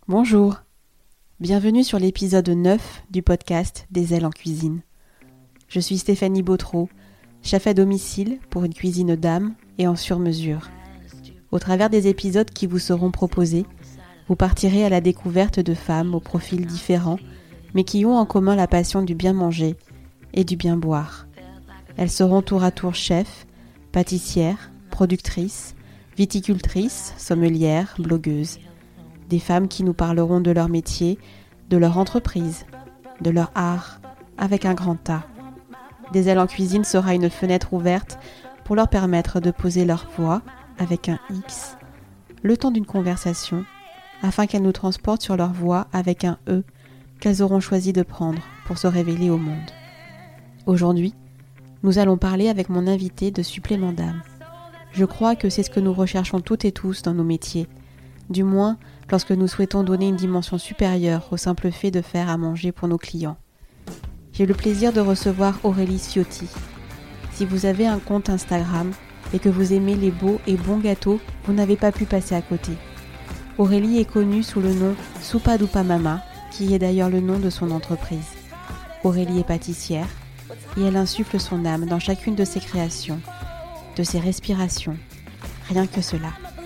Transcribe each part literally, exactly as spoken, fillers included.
Bonjour, bienvenue sur l'épisode neuf du podcast Des ailes en cuisine. Je suis Stéphanie Bautreau, chef à domicile pour une cuisine d'âme et en sur-mesure. Au travers des épisodes qui vous seront proposés, vous partirez à la découverte de femmes aux profils différents, mais qui ont en commun la passion du bien manger et du bien boire. Elles seront tour à tour chefs, pâtissières, productrices, viticultrices, sommelières, blogueuses. Des femmes qui nous parleront de leur métier, de leur entreprise, de leur art, avec un grand A. Des ailes en cuisine sera une fenêtre ouverte pour leur permettre de poser leur voix, avec un X, le temps d'une conversation, afin qu'elles nous transportent sur leur voie avec un E qu'elles auront choisi de prendre pour se révéler au monde. Aujourd'hui, nous allons parler avec mon invité de supplément d'âme. Je crois que c'est ce que nous recherchons toutes et tous dans nos métiers, du moins lorsque nous souhaitons donner une dimension supérieure au simple fait de faire à manger pour nos clients. J'ai le plaisir de recevoir Aurélie Ciotti. Si vous avez un compte Instagram et que vous aimez les beaux et bons gâteaux, vous n'avez pas pu passer à côté. Aurélie est connue sous le nom Sopa Dupa Mama, qui est d'ailleurs le nom de son entreprise. Aurélie est pâtissière et elle insuffle son âme dans chacune de ses créations, de ses respirations, rien que cela.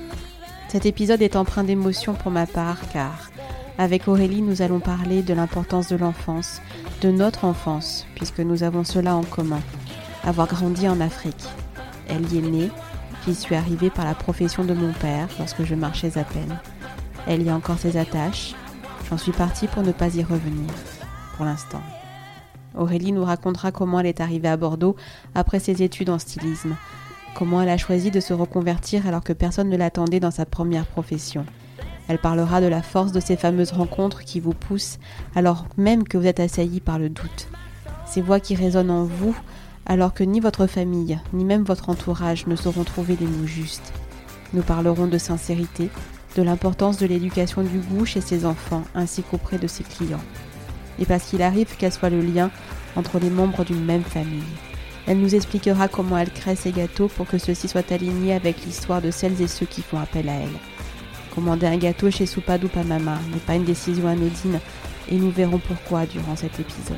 Cet épisode est empreint d'émotion pour ma part car, avec Aurélie, nous allons parler de l'importance de l'enfance, de notre enfance, puisque nous avons cela en commun, avoir grandi en Afrique. Elle y est née, j'y suis arrivée par la profession de mon père lorsque je marchais à peine. Elle y a encore ses attaches, j'en suis partie pour ne pas y revenir, pour l'instant. Aurélie nous racontera comment elle est arrivée à Bordeaux après ses études en stylisme, comment elle a choisi de se reconvertir alors que personne ne l'attendait dans sa première profession. Elle parlera de la force de ces fameuses rencontres qui vous poussent alors même que vous êtes assaillis par le doute. Ces voix qui résonnent en vous alors que ni votre famille, ni même votre entourage ne sauront trouver les mots justes. Nous parlerons de sincérité, de l'importance de l'éducation du goût chez ses enfants ainsi qu'auprès de ses clients. Et parce qu'il arrive qu'elle soit le lien entre les membres d'une même famille. Elle nous expliquera comment elle crée ses gâteaux pour que ceux-ci soient alignés avec l'histoire de celles et ceux qui font appel à elle. Commander un gâteau chez Sopa Dupa Mama n'est pas une décision anodine et nous verrons pourquoi durant cet épisode.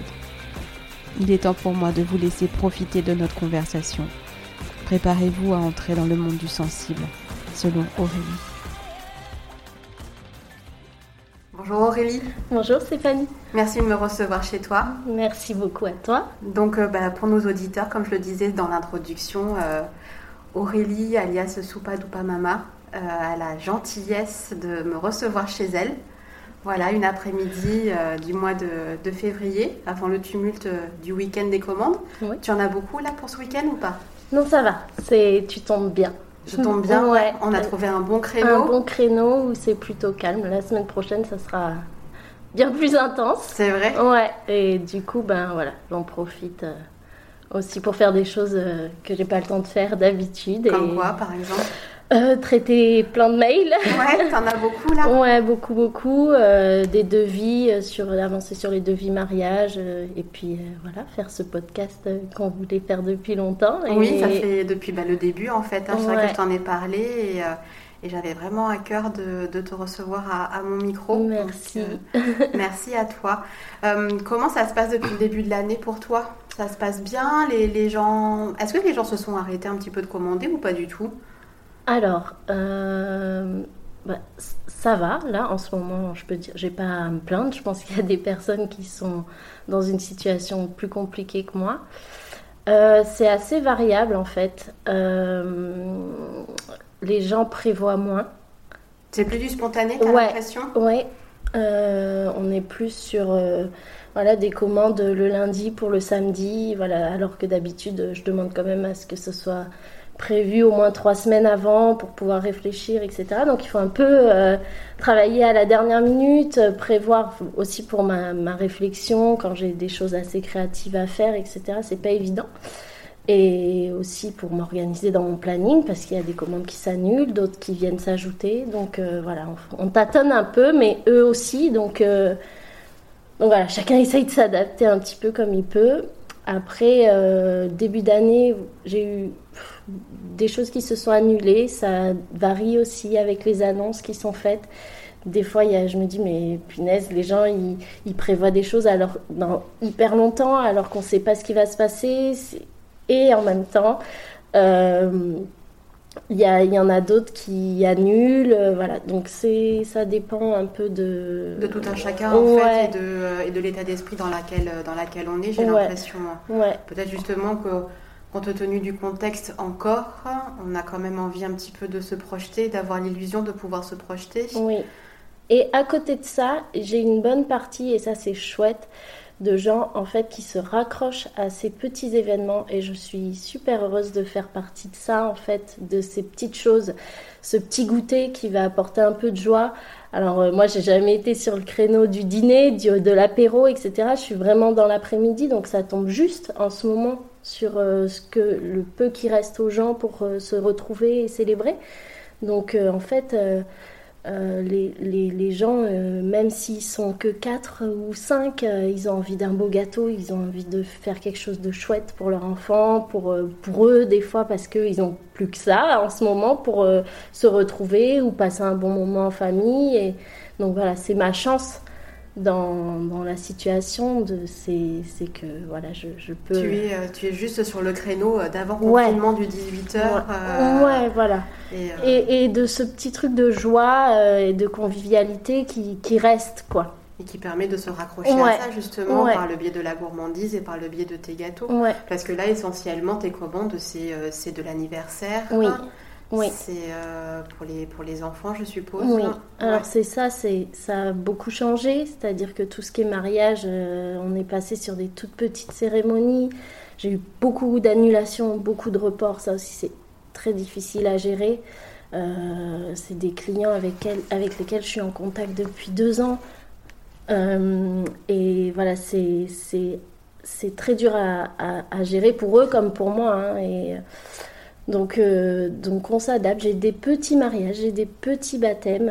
Il est temps pour moi de vous laisser profiter de notre conversation. Préparez-vous à entrer dans le monde du sensible, selon Aurélie. Bonjour Aurélie. Bonjour Stéphanie. Merci de me recevoir chez toi. Merci beaucoup à toi. Donc euh, bah, pour nos auditeurs, comme je le disais dans l'introduction, euh, Aurélie, alias Sopa Dupa Mama, euh, a la gentillesse de me recevoir chez elle. Voilà, une après-midi euh, du mois de, de février, avant le tumulte euh, du week-end des commandes. Oui. Tu en as beaucoup là pour ce week-end ou pas? Non, ça va, c'est, tu tombes bien. Je tombe bien, ouais. On a trouvé un bon créneau. Un bon créneau où c'est plutôt calme. La semaine prochaine, ça sera bien plus intense. C'est vrai? Ouais, et du coup, ben voilà, j'en profite euh, aussi pour faire des choses euh, que j'ai pas le temps de faire d'habitude. Comme et... quoi, par exemple? Euh, traiter plein de mails. Ouais, t'en as beaucoup là. Ouais, beaucoup, beaucoup. Euh, des devis, sur, avancer sur les devis mariage. Euh, et puis euh, voilà, faire ce podcast euh, qu'on voulait faire depuis longtemps. Et... Oui, ça fait depuis bah, le début en fait. Hein, c'est ouais. vrai que je t'en ai parlé et, euh, et j'avais vraiment à cœur de, de te recevoir à, à mon micro. Merci. Donc, euh, merci à toi. Euh, comment ça se passe depuis le début de l'année pour toi? Ça se passe bien? les, les gens... Est-ce que les gens se sont arrêtés un petit peu de commander ou pas du tout? Alors, euh, bah, ça va, là, en ce moment, je peux dire, j'ai pas à me plaindre. Je pense qu'il y a des personnes qui sont dans une situation plus compliquée que moi. Euh, c'est assez variable, en fait. Euh, les gens prévoient moins. C'est plus du spontané, t'as ouais, l'impression? Oui, euh, on est plus sur euh, voilà, des commandes le lundi pour le samedi, voilà, alors que d'habitude, je demande quand même à ce que ce soit prévu au moins trois semaines avant pour pouvoir réfléchir, et cetera. Donc il faut un peu euh, travailler à la dernière minute, euh, prévoir aussi pour ma, ma réflexion quand j'ai des choses assez créatives à faire, et cetera. C'est pas évident. Et aussi pour m'organiser dans mon planning parce qu'il y a des commandes qui s'annulent, d'autres qui viennent s'ajouter. Donc euh, voilà, on, on tâtonne un peu, mais eux aussi. Donc, euh, donc voilà, chacun essaye de s'adapter un petit peu comme il peut. Après, euh, début d'année, j'ai eu des choses qui se sont annulées. Ça varie aussi avec les annonces qui sont faites. des fois, il y a, je me dis, mais punaise, les gens, ils, ils prévoient des choses alors, dans hyper longtemps, alors qu'on ne sait pas ce qui va se passer. C'est... Et en même temps, euh, il y, a, il y en a d'autres qui annulent. Euh, voilà. Donc, c'est, ça dépend un peu de... De tout un chacun, en ouais. fait, et de, et de l'état d'esprit dans laquelle, dans laquelle on est, j'ai ouais. l'impression. Ouais. Peut-être justement que... Compte tenu du contexte encore, on a quand même envie un petit peu de se projeter, d'avoir l'illusion de pouvoir se projeter. Oui. Et à côté de ça, j'ai une bonne partie, et ça c'est chouette, de gens en fait qui se raccrochent à ces petits événements. Et je suis super heureuse de faire partie de ça, en fait, de ces petites choses, ce petit goûter qui va apporter un peu de joie. Alors euh, moi, j'ai jamais été sur le créneau du dîner, du, de l'apéro, et cetera. Je suis vraiment dans l'après-midi, donc ça tombe juste en ce moment sur euh, ce que le peu qui reste aux gens pour euh, se retrouver et célébrer. Donc euh, en fait, euh, euh, les, les, les gens, euh, même s'ils sont que quatre ou cinq, euh, ils ont envie d'un beau gâteau, ils ont envie de faire quelque chose de chouette pour leur enfant, pour, euh, pour eux des fois, parce qu'ils n'ont plus que ça en ce moment pour euh, se retrouver ou passer un bon moment en famille. Et donc voilà, c'est ma chance. Dans, dans la situation, de, c'est, c'est que voilà, je, je peux... Tu es, tu es juste sur le créneau d'avant-confinement ouais. du dix-huit heures. Ouais, euh... ouais voilà. Et, euh... et, et de ce petit truc de joie euh, et de convivialité qui, qui reste, quoi. Et qui permet de se raccrocher ouais. à ça, justement, ouais. par le biais de la gourmandise et par le biais de tes gâteaux. Ouais. Parce que là, essentiellement, tes commandes, c'est, euh, c'est de l'anniversaire. Oui. Oui. C'est euh, pour, les, pour les enfants, je suppose. Oui, ouais. alors c'est ça, c'est, ça a beaucoup changé, c'est-à-dire que tout ce qui est mariage, euh, on est passé sur des toutes petites cérémonies. J'ai eu beaucoup d'annulations, beaucoup de reports, ça aussi c'est très difficile à gérer. Euh, c'est des clients avec, quel, avec lesquels je suis en contact depuis deux ans. Euh, et voilà, c'est, c'est, c'est très dur à, à, à gérer pour eux comme pour moi. Hein, et... Donc, euh, donc on s'adapte. J'ai des petits mariages, j'ai des petits baptêmes.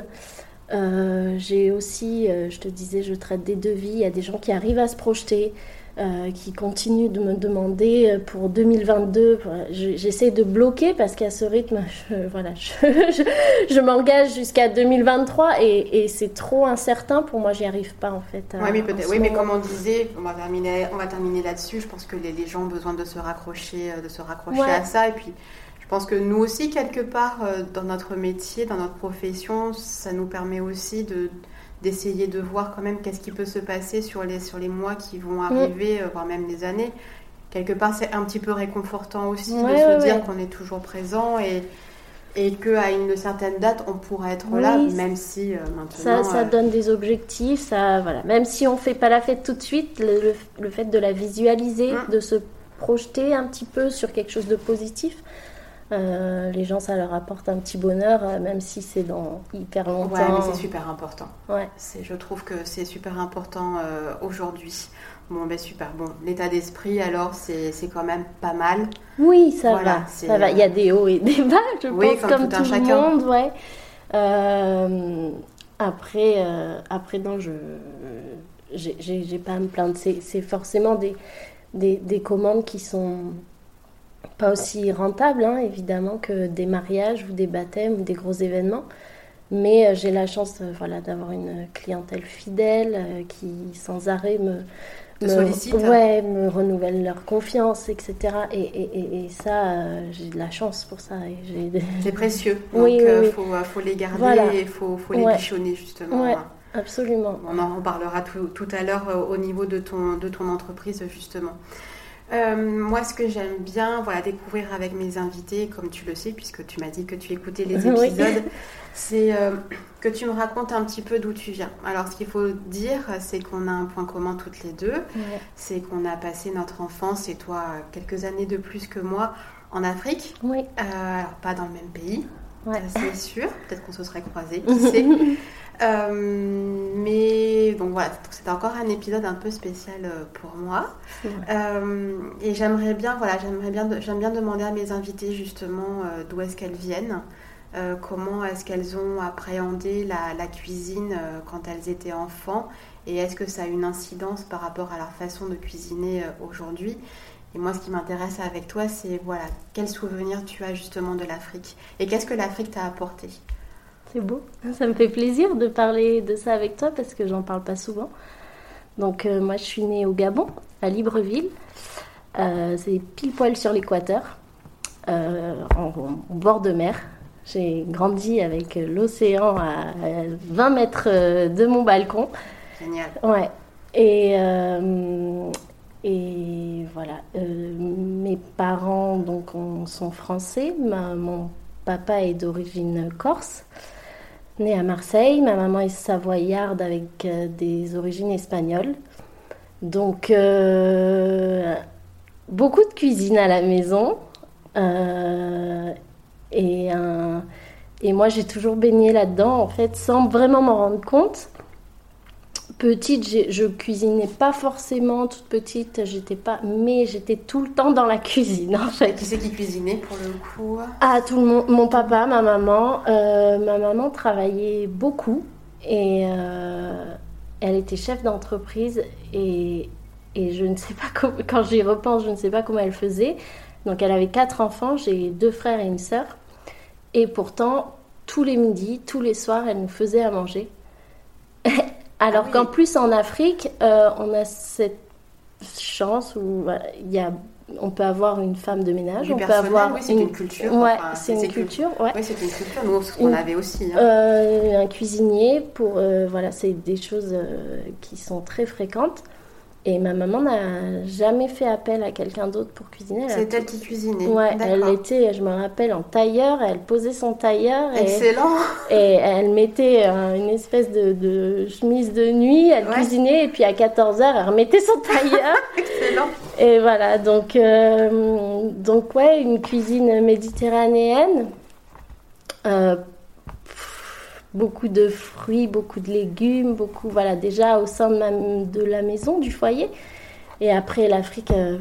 Euh, j'ai aussi, euh, je te disais, je traite des devis. Il y a des gens qui arrivent à se projeter, euh, qui continuent de me demander pour deux mille vingt-deux. Voilà, je, j'essaie de bloquer parce qu'à ce rythme, je, voilà, je, je, je m'engage jusqu'à deux mille vingt-trois et, et c'est trop incertain pour moi. J'y arrive pas en fait. À, ouais, mais peut-être. Oui, mais comme on disait, on va terminer, on va terminer là-dessus. Je pense que les, les gens ont besoin de se raccrocher, de se raccrocher ouais. à ça et puis. Je pense que nous aussi, quelque part, euh, dans notre métier, dans notre profession, ça nous permet aussi de, d'essayer de voir quand même qu'est-ce qui peut se passer sur les, sur les mois qui vont arriver, mmh. euh, voire même les années. Quelque part, c'est un petit peu réconfortant aussi ouais, de se ouais, dire ouais. qu'on est toujours présent et, et qu'à une certaine date, on pourra être oui, là, même si euh, maintenant... Ça, ça euh... donne des objectifs, ça, voilà. Même si on ne fait pas la fête tout de suite, le, le, le fait de la visualiser, mmh. de se projeter un petit peu sur quelque chose de positif... Euh, les gens, ça leur apporte un petit bonheur, euh, même si c'est dans hyper longtemps. Ouais, mais c'est super important. Ouais. C'est, je trouve que c'est super important euh, aujourd'hui. Bon, ben super. Bon, l'état d'esprit, alors, c'est, c'est quand même pas mal. Oui, ça voilà, va. Ça va. Il y a des hauts et des bas, je oui, pense, comme, comme tout, tout un le chacun. monde. Ouais. Euh, après, euh, après, non, je, j'ai, j'ai, j'ai pas à me plaindre. C'est, c'est forcément des, des, des commandes qui sont... pas aussi rentable, hein, évidemment, que des mariages ou des baptêmes ou des gros événements. Mais euh, j'ai la chance euh, voilà, d'avoir une clientèle fidèle euh, qui, sans arrêt, me, me, sollicite. Ouais, me renouvelle leur confiance, et cetera. Et, et, et, et ça, euh, j'ai de la chance pour ça. Et j'ai des... C'est précieux. Oui, donc, il oui, euh, faut, faut les garder voilà. et il faut, faut les ouais. bichonner, justement. Ouais. Absolument. On en reparlera tout, tout à l'heure euh, au niveau de ton, de ton entreprise, justement. Euh, moi, ce que j'aime bien voilà, découvrir avec mes invités, comme tu le sais, puisque tu m'as dit que tu écoutais les épisodes, oui. c'est euh, que tu me racontes un petit peu d'où tu viens. Alors, ce qu'il faut dire, c'est qu'on a un point commun toutes les deux, ouais. c'est qu'on a passé notre enfance, et toi, quelques années de plus que moi, en Afrique. Oui. Euh, alors, pas dans le même pays, ouais. c'est sûr. Peut-être qu'on se serait croisés, qui sait. Euh, mais donc voilà, c'était encore un épisode un peu spécial pour moi. Euh, et j'aimerais bien, voilà, j'aimerais bien, j'aime bien demander à mes invités justement euh, d'où est-ce qu'elles viennent, euh, comment est-ce qu'elles ont appréhendé la, la cuisine euh, quand elles étaient enfants, et est-ce que ça a une incidence par rapport à leur façon de cuisiner euh, aujourd'hui. Et moi, ce qui m'intéresse avec toi, c'est voilà, quels souvenirs tu as justement de l'Afrique et qu'est-ce que l'Afrique t'a apporté. c'est beau. Ça me fait plaisir de parler de ça avec toi parce que j'en parle pas souvent. Donc euh, moi je suis née au Gabon, à Libreville. Euh, c'est pile poil sur l'équateur, euh, en, en bord de mer. J'ai grandi avec l'océan à vingt mètres de mon balcon. Génial. Ouais. Et, euh, et voilà. Euh, mes parents donc, on, sont français. Ma, mon papa est d'origine corse, né à Marseille. Ma maman est savoyarde avec euh, des origines espagnoles. Donc, euh, beaucoup de cuisine à la maison. Euh, et, un, et moi, j'ai toujours baigné là-dedans, en fait, sans vraiment m'en rendre compte. Petite, j'ai, je cuisinais pas forcément, toute petite, j'étais pas, mais j'étais tout le temps dans la cuisine, en fait. Et qui c'est qui cuisinait pour le coup? Ah, tout le monde, mon papa, ma maman. Euh, ma maman travaillait beaucoup et euh, elle était chef d'entreprise et, et je ne sais pas comment, quand j'y repense, je ne sais pas comment elle faisait. Donc elle avait quatre enfants, j'ai deux frères et une sœur. Et pourtant, tous les midis, tous les soirs, elle nous faisait à manger. Alors ah oui. qu'en plus, en Afrique, euh, on a cette chance où voilà, y a, on peut avoir une femme de ménage. Du on peut avoir oui, c'est une, une culture. Ouais, enfin, c'est, c'est une culture. Que... Ouais. Oui, c'est une culture. Nous, ce qu'on une, avait aussi. Hein. Euh, un cuisinier, pour, euh, voilà, c'est des choses euh, qui sont très fréquentes. Et ma maman n'a jamais fait appel à quelqu'un d'autre pour cuisiner. Elle c'est elle qui cuisinait. Ouais, D'accord. Elle était, je me rappelle, en tailleur. Elle posait son tailleur. Excellent. Et, et elle mettait euh, une espèce de, de chemise de nuit. Elle ouais. cuisinait et puis à quatorze heures, elle remettait son tailleur. Excellent. Et voilà, donc, euh, donc ouais, une cuisine méditerranéenne. Euh, Beaucoup de fruits, beaucoup de légumes, beaucoup, voilà, déjà au sein de, ma, de la maison, du foyer. Et après, l'Afrique, euh,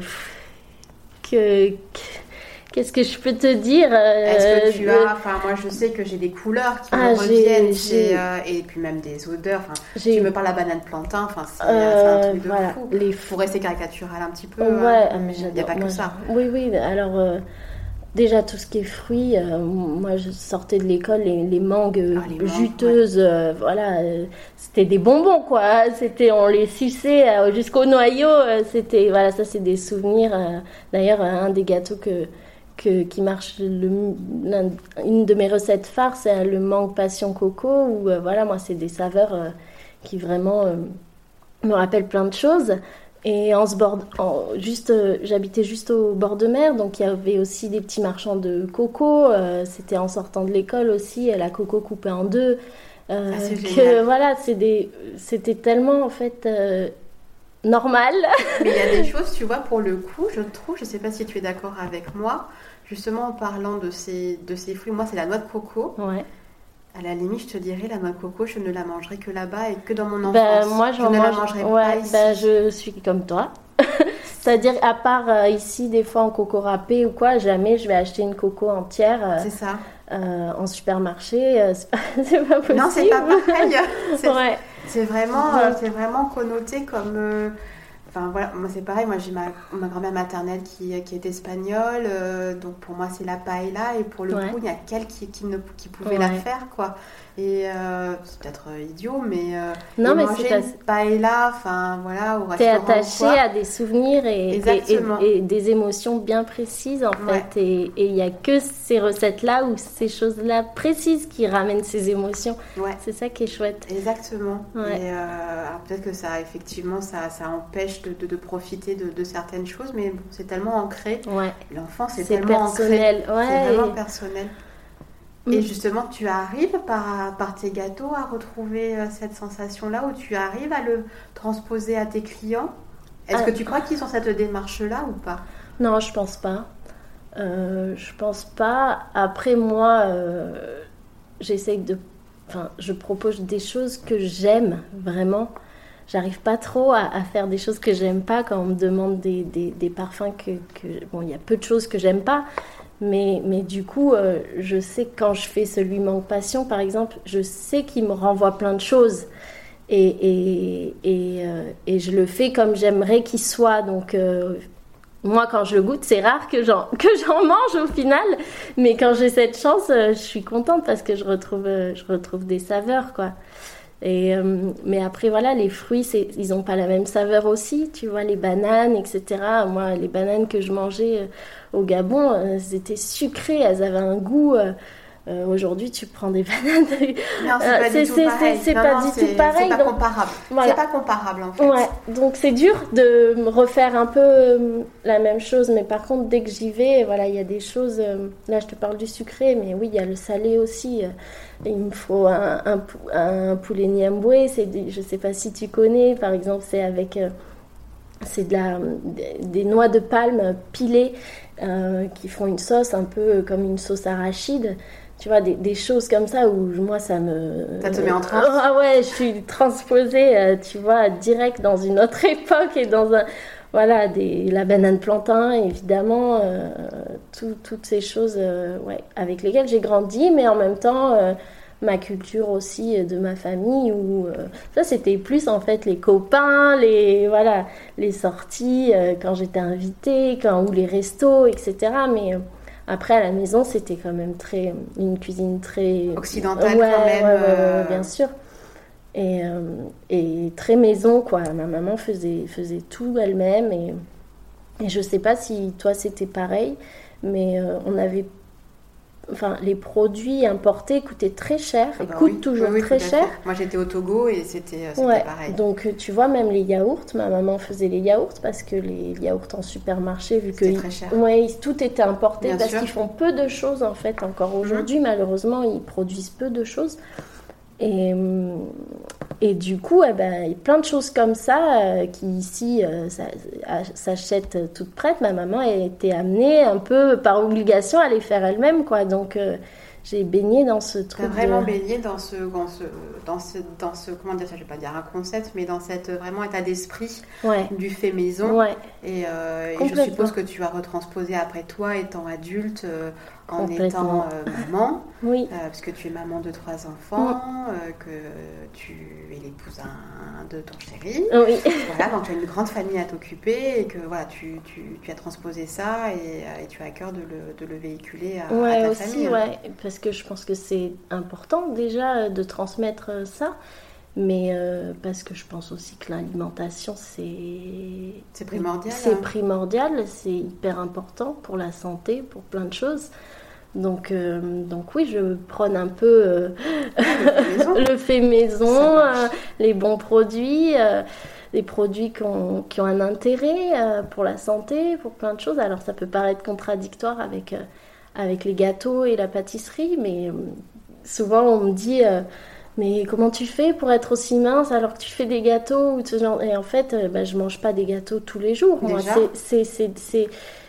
que, que, qu'est-ce que je peux te dire euh, Est-ce que tu de... as, enfin, moi je sais que j'ai des couleurs qui ah, me reviennent, j'ai, j'ai... Euh, et puis même des odeurs, enfin, j'ai... tu me parles de la banane plantain, enfin, c'est, euh, c'est un truc de voilà, fou. Les... Pour rester caricatural un petit peu, ouais, hein, mais il n'y a pas moi, que ça. Oui, oui, alors... Euh... Déjà, tout ce qui est fruits, euh, moi je sortais de l'école, les, les mangues ah, les juteuses, mangues, ouais. euh, voilà, euh, c'était des bonbons quoi, c'était, on les suçait euh, jusqu'au noyau, euh, c'était, voilà, ça c'est des souvenirs. Euh, d'ailleurs, un des gâteaux que, que, qui marche, le, une de mes recettes phares, c'est le mangue passion coco, où euh, voilà, moi c'est des saveurs euh, qui vraiment euh, me rappellent plein de choses. Et en ce bord, en, juste, euh, j'habitais juste au bord de mer, donc il y avait aussi des petits marchands de coco. Euh, c'était en sortant de l'école aussi, la coco coupée en deux. Euh, ah, c'est que génial. Voilà, c'est des, c'était tellement en fait euh, normal. Mais il y a des choses, tu vois, pour le coup, je trouve, je ne sais pas si tu es d'accord avec moi, justement en parlant de ces, de ces fruits, moi c'est la noix de coco. Ouais. À la limite, je te dirais, la noix de coco, je ne la mangerai que là-bas et que dans mon enfance. Ben, moi, je ne mange... la mangerai ouais, pas ici. Ben, je suis comme toi. C'est-à-dire, à part euh, ici, des fois en coco râpé ou quoi, jamais je vais acheter une coco entière. Euh, c'est ça. Euh, en supermarché, euh, c'est, pas, c'est pas possible. Non, c'est pas pareil. C'est, ouais. c'est, vraiment, ouais. euh, c'est vraiment connoté comme... Euh... Enfin voilà, moi c'est pareil, moi j'ai ma, ma grand-mère maternelle qui, qui est espagnole, euh, donc pour moi c'est la paella, et pour le ouais. coup il n'y a qu'elle qui, qui, ne, qui pouvait ouais. la faire quoi. Et euh, c'est peut-être idiot, mais, euh, non, mais manger c'est une paella, enfin voilà, au t'es restaurant. T'es attaché à des souvenirs et, et, et, et des émotions bien précises en ouais. fait, et il n'y a que ces recettes-là ou ces choses-là précises qui ramènent ces émotions. Ouais. C'est ça qui est chouette. Exactement. Ouais. Et euh, alors peut-être que ça, effectivement, ça, ça empêche de, de, de profiter de, de certaines choses, mais bon, c'est tellement ancré. Ouais. L'enfant, c'est, c'est tellement personnel. ancré. Ouais. C'est vraiment personnel. Et justement, tu arrives par, par tes gâteaux à retrouver cette sensation-là, où tu arrives à le transposer à tes clients. Est-ce ah. que tu crois qu'ils ont cette démarche-là ou pas? Non, je pense pas. Euh, je pense pas. Après, moi, euh, j'essaye de... Enfin, je propose des choses que j'aime, vraiment. J'arrive pas trop à, à faire des choses que j'aime pas quand on me demande des, des, des parfums que... que bon, il y a peu de choses que j'aime pas. Mais, mais du coup, euh, je sais que quand je fais celui Mangue Passion, par exemple, je sais qu'il me renvoie plein de choses. Et, et, et, euh, et je le fais comme j'aimerais qu'il soit. Donc, euh, moi, quand je le goûte, c'est rare que j'en, que j'en mange au final. Mais quand j'ai cette chance, euh, je suis contente parce que je retrouve, euh, je retrouve des saveurs, quoi. Et, euh, mais après, voilà, les fruits, c'est, ils n'ont pas la même saveur aussi. Tu vois, les bananes, et cetera. Moi, les bananes que je mangeais euh, au Gabon, euh, elles étaient sucrées, elles avaient un goût... Euh, Euh, aujourd'hui, tu prends des bananes. Non, c'est pas euh, du tout pareil. C'est, c'est non, pas non, du c'est, tout pareil. C'est pas donc, comparable. voilà. C'est pas comparable en fait. Ouais, donc c'est dur de me refaire un peu euh, la même chose, mais par contre, dès que j'y vais, voilà, il y a des choses. Euh, là, je te parle du sucré, mais oui, il y a le salé aussi. Euh, il me faut un, un, un poulet niamboué. C'est, je sais pas si tu connais. Par exemple, c'est avec. Euh, c'est de la, des noix de palme pilées euh, qui font une sauce un peu comme une sauce arachide. Tu vois, des, des choses comme ça où moi ça me... Ça te met en transe. Ah ouais, je suis transposée, euh, tu vois, direct dans une autre époque et dans un... Voilà, des, la banane plantain, évidemment, euh, tout, toutes ces choses euh, ouais, avec lesquelles j'ai grandi, mais en même temps... Euh, ma culture aussi de ma famille où euh, ça c'était plus en fait les copains, les voilà, les sorties euh, quand j'étais invitée, quand ou les restos, et cetera. Mais euh, après à la maison c'était quand même très une cuisine très occidentale ouais, quand même. Ouais, ouais, ouais, euh... bien sûr. Et, euh, et très maison quoi. Ma maman faisait faisait tout elle-même et et je sais pas si toi c'était pareil, mais euh, on avait Enfin, les produits importés coûtaient très cher et ah bah coûtent oui. toujours oui, oui, très cher. Moi, j'étais au Togo et c'était, c'était ouais. pareil. Donc, tu vois, même les yaourts, ma maman faisait les yaourts parce que les yaourts en supermarché, vu c'était que très cher. Ouais, tout était importé Bien parce sûr. qu'ils font peu de choses en fait. Encore aujourd'hui, mmh. malheureusement, ils produisent peu de choses. Et, et du coup, eh ben, il y a plein de choses comme ça euh, qui ici euh, ça, s'achètent toutes prêtes. Ma maman a été amenée un peu par obligation à les faire elle-même, quoi. Donc euh, j'ai baigné dans ce truc. T'as vraiment de... baigné dans ce, dans ce, dans ce, dans ce, comment dire ça, je vais pas dire un concept, mais dans cette vraiment état d'esprit ouais. du fait maison. Ouais. Et, euh, et je suppose que tu as retransposé après toi, étant adulte, euh, en étant euh, maman, oui. euh, parce que tu es maman de trois enfants, mmh. euh, que tu es l'épouse de ton chéri. Oui. Voilà, donc tu as une grande famille à t'occuper et que voilà, tu, tu, tu as transposé ça et, et tu as à cœur de le, de le véhiculer à, ouais, à ta aussi, famille. Ouais, parce que je pense que c'est important déjà de transmettre ça. Mais euh, parce que je pense aussi que l'alimentation, c'est... C'est primordial. C'est hein. primordial, c'est hyper important pour la santé, pour plein de choses. Donc, euh, donc oui, je prône un peu euh, le fait maison, euh, les bons produits, euh, les produits qui ont, qui ont un intérêt euh, pour la santé, pour plein de choses. Alors ça peut paraître contradictoire avec, euh, avec les gâteaux et la pâtisserie, mais euh, souvent on me dit... Euh, mais comment tu fais pour être aussi mince alors que tu fais des gâteaux ou ce genre... Et en fait, euh, bah, je mange pas des gâteaux tous les jours. Moi, c'est, c'est, c'est, c'est,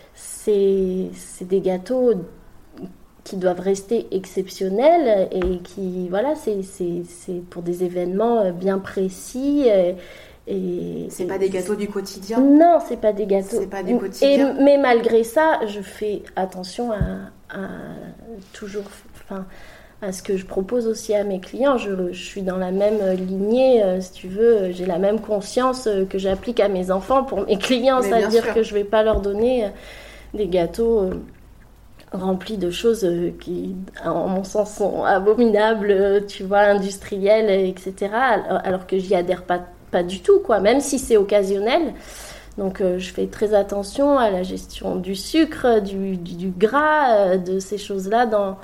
c'est, c'est des gâteaux qui doivent rester exceptionnels et qui, voilà, c'est, c'est, c'est pour des événements bien précis. Et, et, c'est pas des gâteaux du quotidien. Non, c'est pas des gâteaux. C'est pas du quotidien. Et, mais malgré ça, je fais attention à, à toujours... Enfin, à ce que je propose aussi à mes clients. Je, je suis dans la même lignée, euh, si tu veux, j'ai la même conscience euh, que j'applique à mes enfants pour mes clients, mais c'est-à-dire que je ne vais pas leur donner euh, des gâteaux euh, remplis de choses euh, qui, en mon sens, sont abominables, euh, tu vois, industrielles, et cetera, alors, alors que j'y adhère pas, pas du tout, quoi, même si c'est occasionnel. Donc euh, je fais très attention à la gestion du sucre, du, du, du gras, euh, de ces choses-là dans...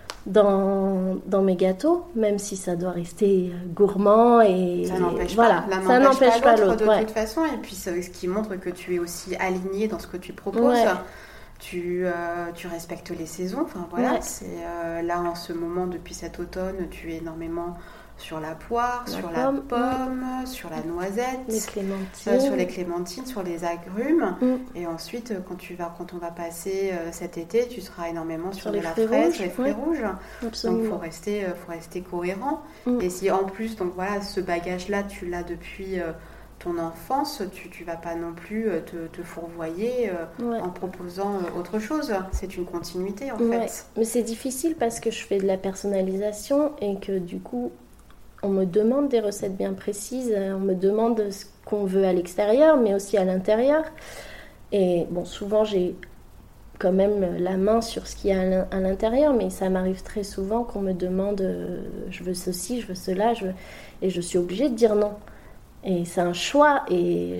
Dans, dans mes gâteaux, même si ça doit rester gourmand et ça n'empêche voilà, pas, ça n'empêche pas, pas l'autre, l'autre de ouais. toute façon. Et puis c'est ce qui montre que tu es aussi aligné dans ce que tu proposes. Ouais. Tu, euh, tu respectes les saisons. Enfin voilà, ouais. c'est euh, là en ce moment depuis cet automne, tu es énormément sur la poire, la sur pomme, la pomme, mmh. sur la noisette, les clémentines. Euh, sur les clémentines, sur les agrumes. Mmh. Et ensuite, quand tu vas, quand on va passer euh, cet été, tu seras énormément sur, sur de les la fraise, rouges, les fruits ouais. rouges. Absolument. Donc faut rester, euh, faut rester cohérent. Mmh. Et si en plus, donc voilà, ce bagage-là, tu l'as depuis euh, ton enfance, tu, tu vas pas non plus euh, te, te fourvoyer euh, ouais. en proposant euh, autre chose. C'est une continuité en ouais. fait. Mais c'est difficile parce que je fais de la personnalisation et que du coup. On me demande des recettes bien précises, on me demande ce qu'on veut à l'extérieur, mais aussi à l'intérieur. Et bon, souvent, j'ai quand même la main sur ce qu'il y a à l'intérieur, mais ça m'arrive très souvent qu'on me demande euh, je veux ceci, je veux cela, je veux... et je suis obligée de dire non. Et c'est un choix, et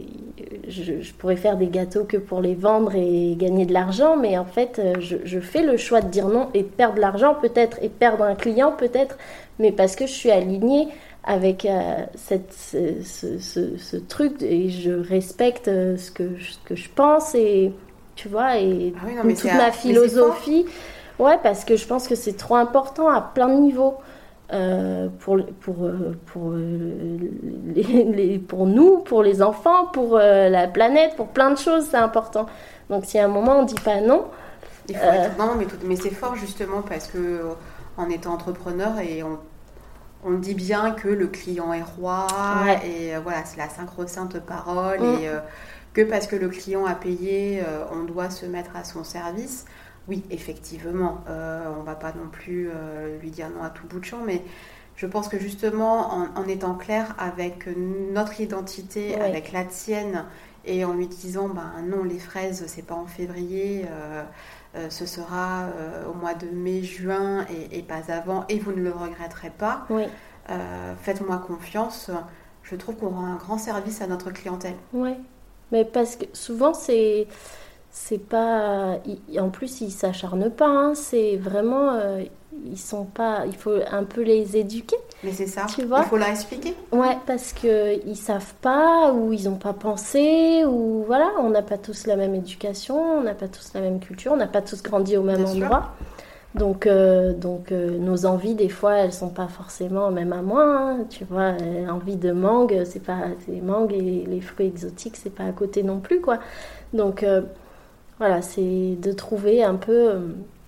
je, je pourrais faire des gâteaux que pour les vendre et gagner de l'argent, mais en fait, je, je fais le choix de dire non et de perdre de l'argent peut-être, et perdre un client peut-être, mais parce que je suis alignée avec euh, cette, ce, ce, ce, ce truc, et je respecte ce que, ce que je pense, et tu vois, et ah oui, non, mais toute ma philosophie. Ouais, parce que je pense que c'est trop important à plein de niveaux. Euh, pour, pour, pour, les, les, pour nous, pour les enfants, pour euh, la planète, pour plein de choses, c'est important. Donc si à un moment on dit pas non... Il faut euh... être non, mais, tout, mais c'est fort justement parce que en étant entrepreneur, et on, on dit bien que le client est roi, ouais. et euh, voilà, c'est la sacro-sainte parole, mmh. et euh, que parce que le client a payé, euh, on doit se mettre à son service. Oui, effectivement, euh, on ne va pas non plus euh, lui dire non à tout bout de champ, mais je pense que justement, en, en étant clair avec notre identité, oui. avec la tienne, et en lui disant, ben non, les fraises, c'est pas en février, euh, euh, ce sera euh, au mois de mai, juin, et, et pas avant, et vous ne le regretterez pas, oui. euh, faites-moi confiance, je trouve qu'on rend un grand service à notre clientèle. Oui, mais parce que souvent, c'est... c'est pas, en plus ils s'acharnent pas, hein. C'est vraiment, euh, ils sont pas, il faut un peu les éduquer. Mais c'est ça, tu vois, il faut leur expliquer. Ouais, parce que ils savent pas, ou ils ont pas pensé, ou voilà, on n'a pas tous la même éducation, on n'a pas tous la même culture, on n'a pas tous grandi au même Bien endroit. Sûr. Donc, euh, donc euh, nos envies des fois elles sont pas forcément même à moi, hein, tu vois, euh, envie de mangue, c'est pas, c'est mangue, et les, les fruits exotiques c'est pas à côté non plus, quoi. Donc euh, voilà, c'est de trouver un peu euh,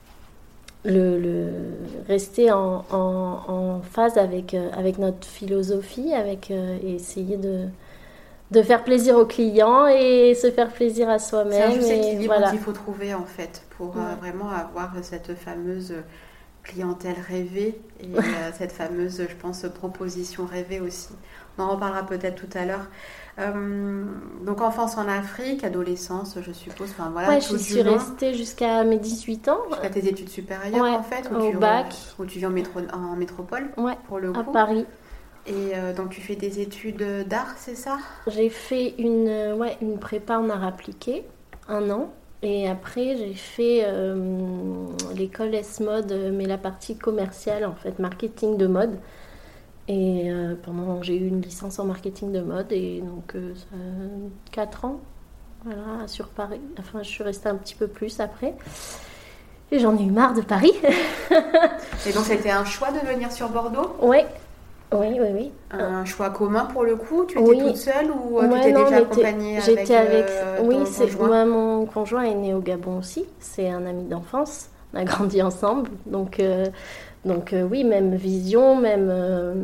le, le rester en, en, en phase avec, euh, avec notre philosophie, avec euh, et essayer de, de faire plaisir aux clients et se faire plaisir à soi-même. C'est un juste et équilibre voilà. qu'il faut trouver en fait pour ouais. euh, vraiment avoir cette fameuse clientèle rêvée et euh, cette fameuse, je pense, proposition rêvée aussi. On en reparlera peut-être tout à l'heure. Euh, donc enfance en Afrique, adolescence, je suppose. Enfin voilà. Ouais, je suis restée jusqu'à mes dix-huit ans. Jusqu'à tes études supérieures, ouais, en fait, où au tu, bac. Où tu vis en, métro, en métropole, ouais, pour le coup. À Paris. Et euh, donc tu fais des études d'art, c'est ça ? J'ai fait une, ouais, une prépa en art appliqué, un an. Et après, j'ai fait euh, l'école S-Mode, mais la partie commerciale, en fait, marketing de mode. Et euh, pendant, j'ai eu une licence en marketing de mode, et donc euh, ça, quatre ans, voilà, sur Paris. Enfin, je suis restée un petit peu plus après. Et j'en ai eu marre de Paris. Et donc, c'était un choix de venir sur Bordeaux ? Oui. Oui, oui, oui. Un choix commun pour le coup ? Tu étais oui. toute seule ou ouais, tu étais non, déjà accompagnée avec, j'étais avec euh, oui, ton c'est, conjoint ? moi, mon conjoint est né au Gabon aussi. C'est un ami d'enfance. On a grandi ensemble. Donc, euh, donc euh, oui, même vision, même, euh,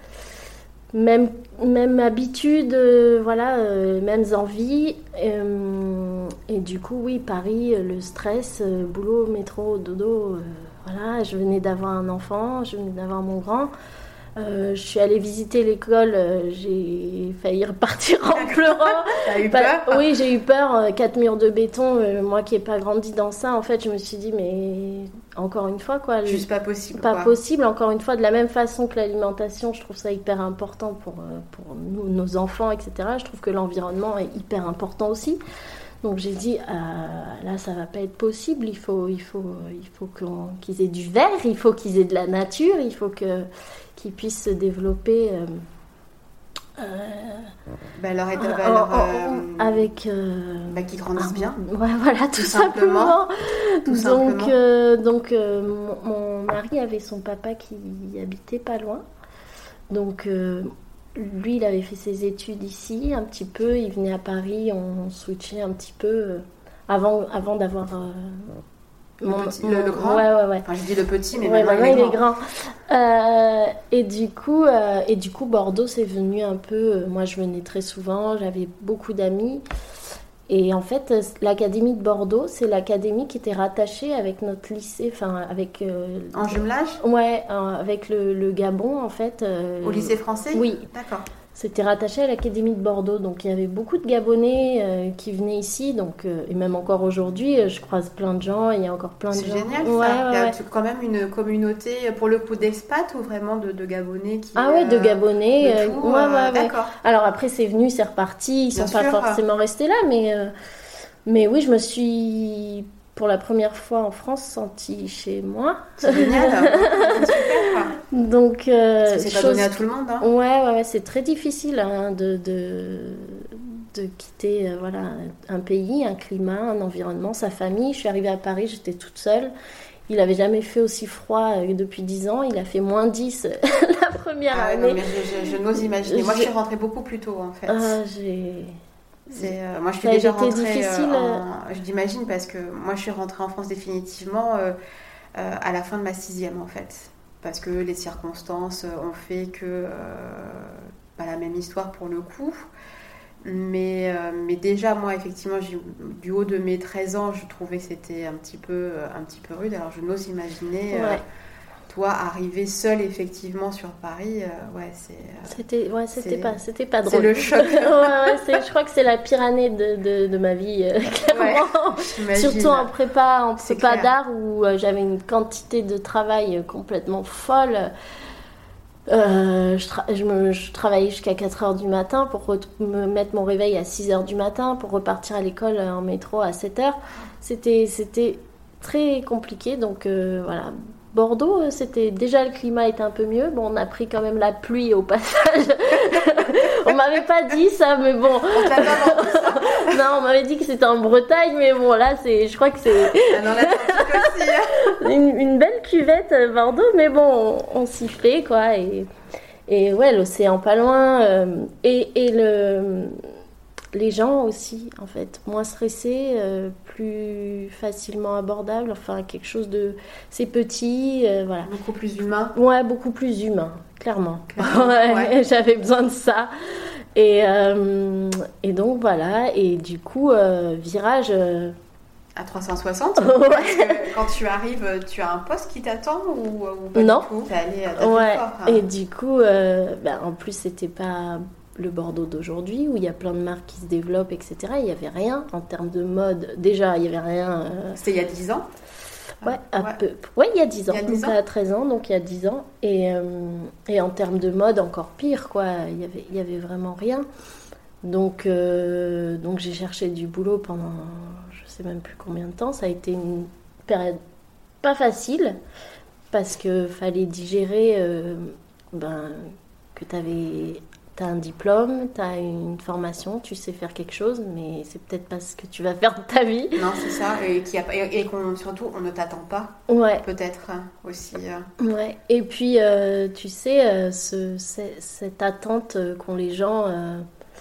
même, même habitude, euh, voilà, euh, mêmes envies. Euh, et du coup, oui, Paris, le stress, euh, boulot, métro, dodo. Euh, voilà, je venais d'avoir un enfant, je venais d'avoir mon grand. Euh, je suis allée visiter l'école, euh, j'ai failli repartir en pleurant. T'as eu peur ? Bah, oui, j'ai eu peur. Euh, quatre murs de béton, euh, moi qui n'ai pas grandi dans ça, en fait, je me suis dit, mais encore une fois, quoi. Juste pas possible. Pas quoi. possible, encore une fois, de la même façon que l'alimentation, je trouve ça hyper important pour, euh, pour nous, nos enfants, et cetera. Je trouve que l'environnement est hyper important aussi. Donc j'ai dit, euh, là, ça va pas être possible, il faut, il faut, il faut qu'on, qu'ils aient du vert, il faut qu'ils aient de la nature, il faut que, qu'ils puissent se développer euh, euh, bah, leur, bah, leur, euh, avec... Euh, bah, qu'ils grandissent ah, bien. Ouais, voilà, tout, tout simplement. simplement. Tout donc, simplement. Euh, donc euh, mon, mon mari avait son papa qui habitait pas loin. Donc... Euh, lui, il avait fait ses études ici, un petit peu. Il venait à Paris, on switchait un petit peu euh, avant, avant d'avoir euh, le, mon, petit, le, le grand. Ouais, ouais, ouais. Enfin, je dis le petit, mais ouais, maintenant il, il est grand. grand. Euh, et du coup, euh, et du coup, Bordeaux, c'est venu un peu. Euh, moi, je venais très souvent. J'avais beaucoup d'amis. Et en fait, l'académie de Bordeaux, c'est l'académie qui était rattachée avec notre lycée, enfin avec... Euh, en jumelage ? Ouais, euh, avec le, le Gabon, en fait. Euh, Au lycée français ? Oui. D'accord. C'était rattaché à l'Académie de Bordeaux, donc il y avait beaucoup de Gabonais euh, qui venaient ici, donc, euh, et même encore aujourd'hui, euh, je croise plein de gens, il y a encore plein de c'est gens. C'est génial ouais, ça, ouais, il y a ouais. quand même une communauté, pour le coup d'expat ou vraiment de, de Gabonais qui, Ah ouais, de Gabonais, euh, de euh, tout, ouais, ouais, euh, ouais. d'accord. Alors après c'est venu, c'est reparti, ils Bien sont pas sûr. forcément restés là, mais, euh, mais oui, je me suis... pour la première fois en France, sentie chez moi. C'est génial, c'est super. Donc, euh, Parce que c'est chose... pas donné à tout le monde. Hein. Ouais, ouais, ouais, c'est très difficile hein, de, de, de quitter euh, voilà, un pays, un climat, un environnement, sa famille. Je suis arrivée à Paris, j'étais toute seule. Il n'avait jamais fait aussi froid euh, depuis dix ans. Il a fait moins dix la première ah, année. Non, mais je, je, je n'ose imaginer. Moi, je suis rentrée beaucoup plus tôt, en fait. Ah, j'ai... C'est, euh, moi, je suis Ça a déjà été rentrée. difficile. Euh, en, je l'imagine parce que moi, je suis rentrée en France définitivement euh, euh, à la fin de ma sixième, en fait, parce que les circonstances ont fait que euh, pas la même histoire pour le coup. Mais, euh, mais déjà, moi, effectivement, j'ai, du haut de mes treize ans, je trouvais que c'était un petit peu, un petit peu rude. Alors, je n'ose imaginer. Ouais. Euh, Toi, arriver seule effectivement sur Paris, euh, ouais, c'est. Euh, c'était, ouais, c'était c'est, pas, c'était pas drôle. C'est le choc. ouais, ouais, c'est, je crois que c'est la pire année de, de, de ma vie, euh, clairement. Ouais, surtout en prépa, en c'est prépa clair. d'art où euh, j'avais une quantité de travail complètement folle. Euh, je, tra- je, me, je travaillais jusqu'à quatre heures du matin pour re- me mettre mon réveil à six heures du matin pour repartir à l'école en métro à sept heures. C'était, c'était très compliqué, donc euh, voilà. Bordeaux, c'était déjà le climat était un peu mieux. Bon, on a pris quand même la pluie au passage. On m'avait pas dit ça, mais bon. On t'a pas vendu ça. Non, on m'avait dit que c'était en Bretagne, mais bon, là, c'est, je crois que c'est Ah non, là, c'est aussi. Hein. une, une belle cuvette Bordeaux, mais bon, on, on s'y fait quoi. Et, et ouais, l'océan pas loin. Euh, et et le, les gens aussi, en fait, moins stressés, euh, plus facilement abordables. Enfin, quelque chose de, c'est petit, euh, voilà. Beaucoup plus humain. Ouais, beaucoup plus humain, clairement. Clairement, ouais, ouais. J'avais besoin de ça. Et, euh, et donc voilà, et du coup, euh, virage. Euh... À trois cent soixante. Ouais. Parce que quand tu arrives, tu as un poste qui t'attend ou, ou pas non. du tout. T'es allé à Ouais. fort, hein. Et du coup, euh, ben, en plus, c'était pas le Bordeaux d'aujourd'hui où il y a plein de marques qui se développent, et cetera. Il n'y avait rien en termes de mode. Déjà, il n'y avait rien. Euh... C'était il y a dix ans. Ouais, un ouais. peu. Ouais, il y a dix ans. Il y a dix donc, ans. à treize ans, donc il y a dix ans. Et, euh, et en termes de mode, encore pire, quoi. Il y avait, il y avait vraiment rien. Donc, euh, donc j'ai cherché du boulot pendant je sais même plus combien de temps. Ça a été une période pas facile parce que fallait digérer euh, ben, que t'avais t'as un diplôme, t'as une formation, tu sais faire quelque chose, mais c'est peut-être pas ce que tu vas faire de ta vie. Non, c'est ça, et, qui a, et, et qu'on, surtout on ne t'attend pas. Ouais. Peut-être hein, aussi. Euh... Ouais. Et puis euh, tu sais, euh, ce, c'est, cette attente qu'ont les gens. Euh,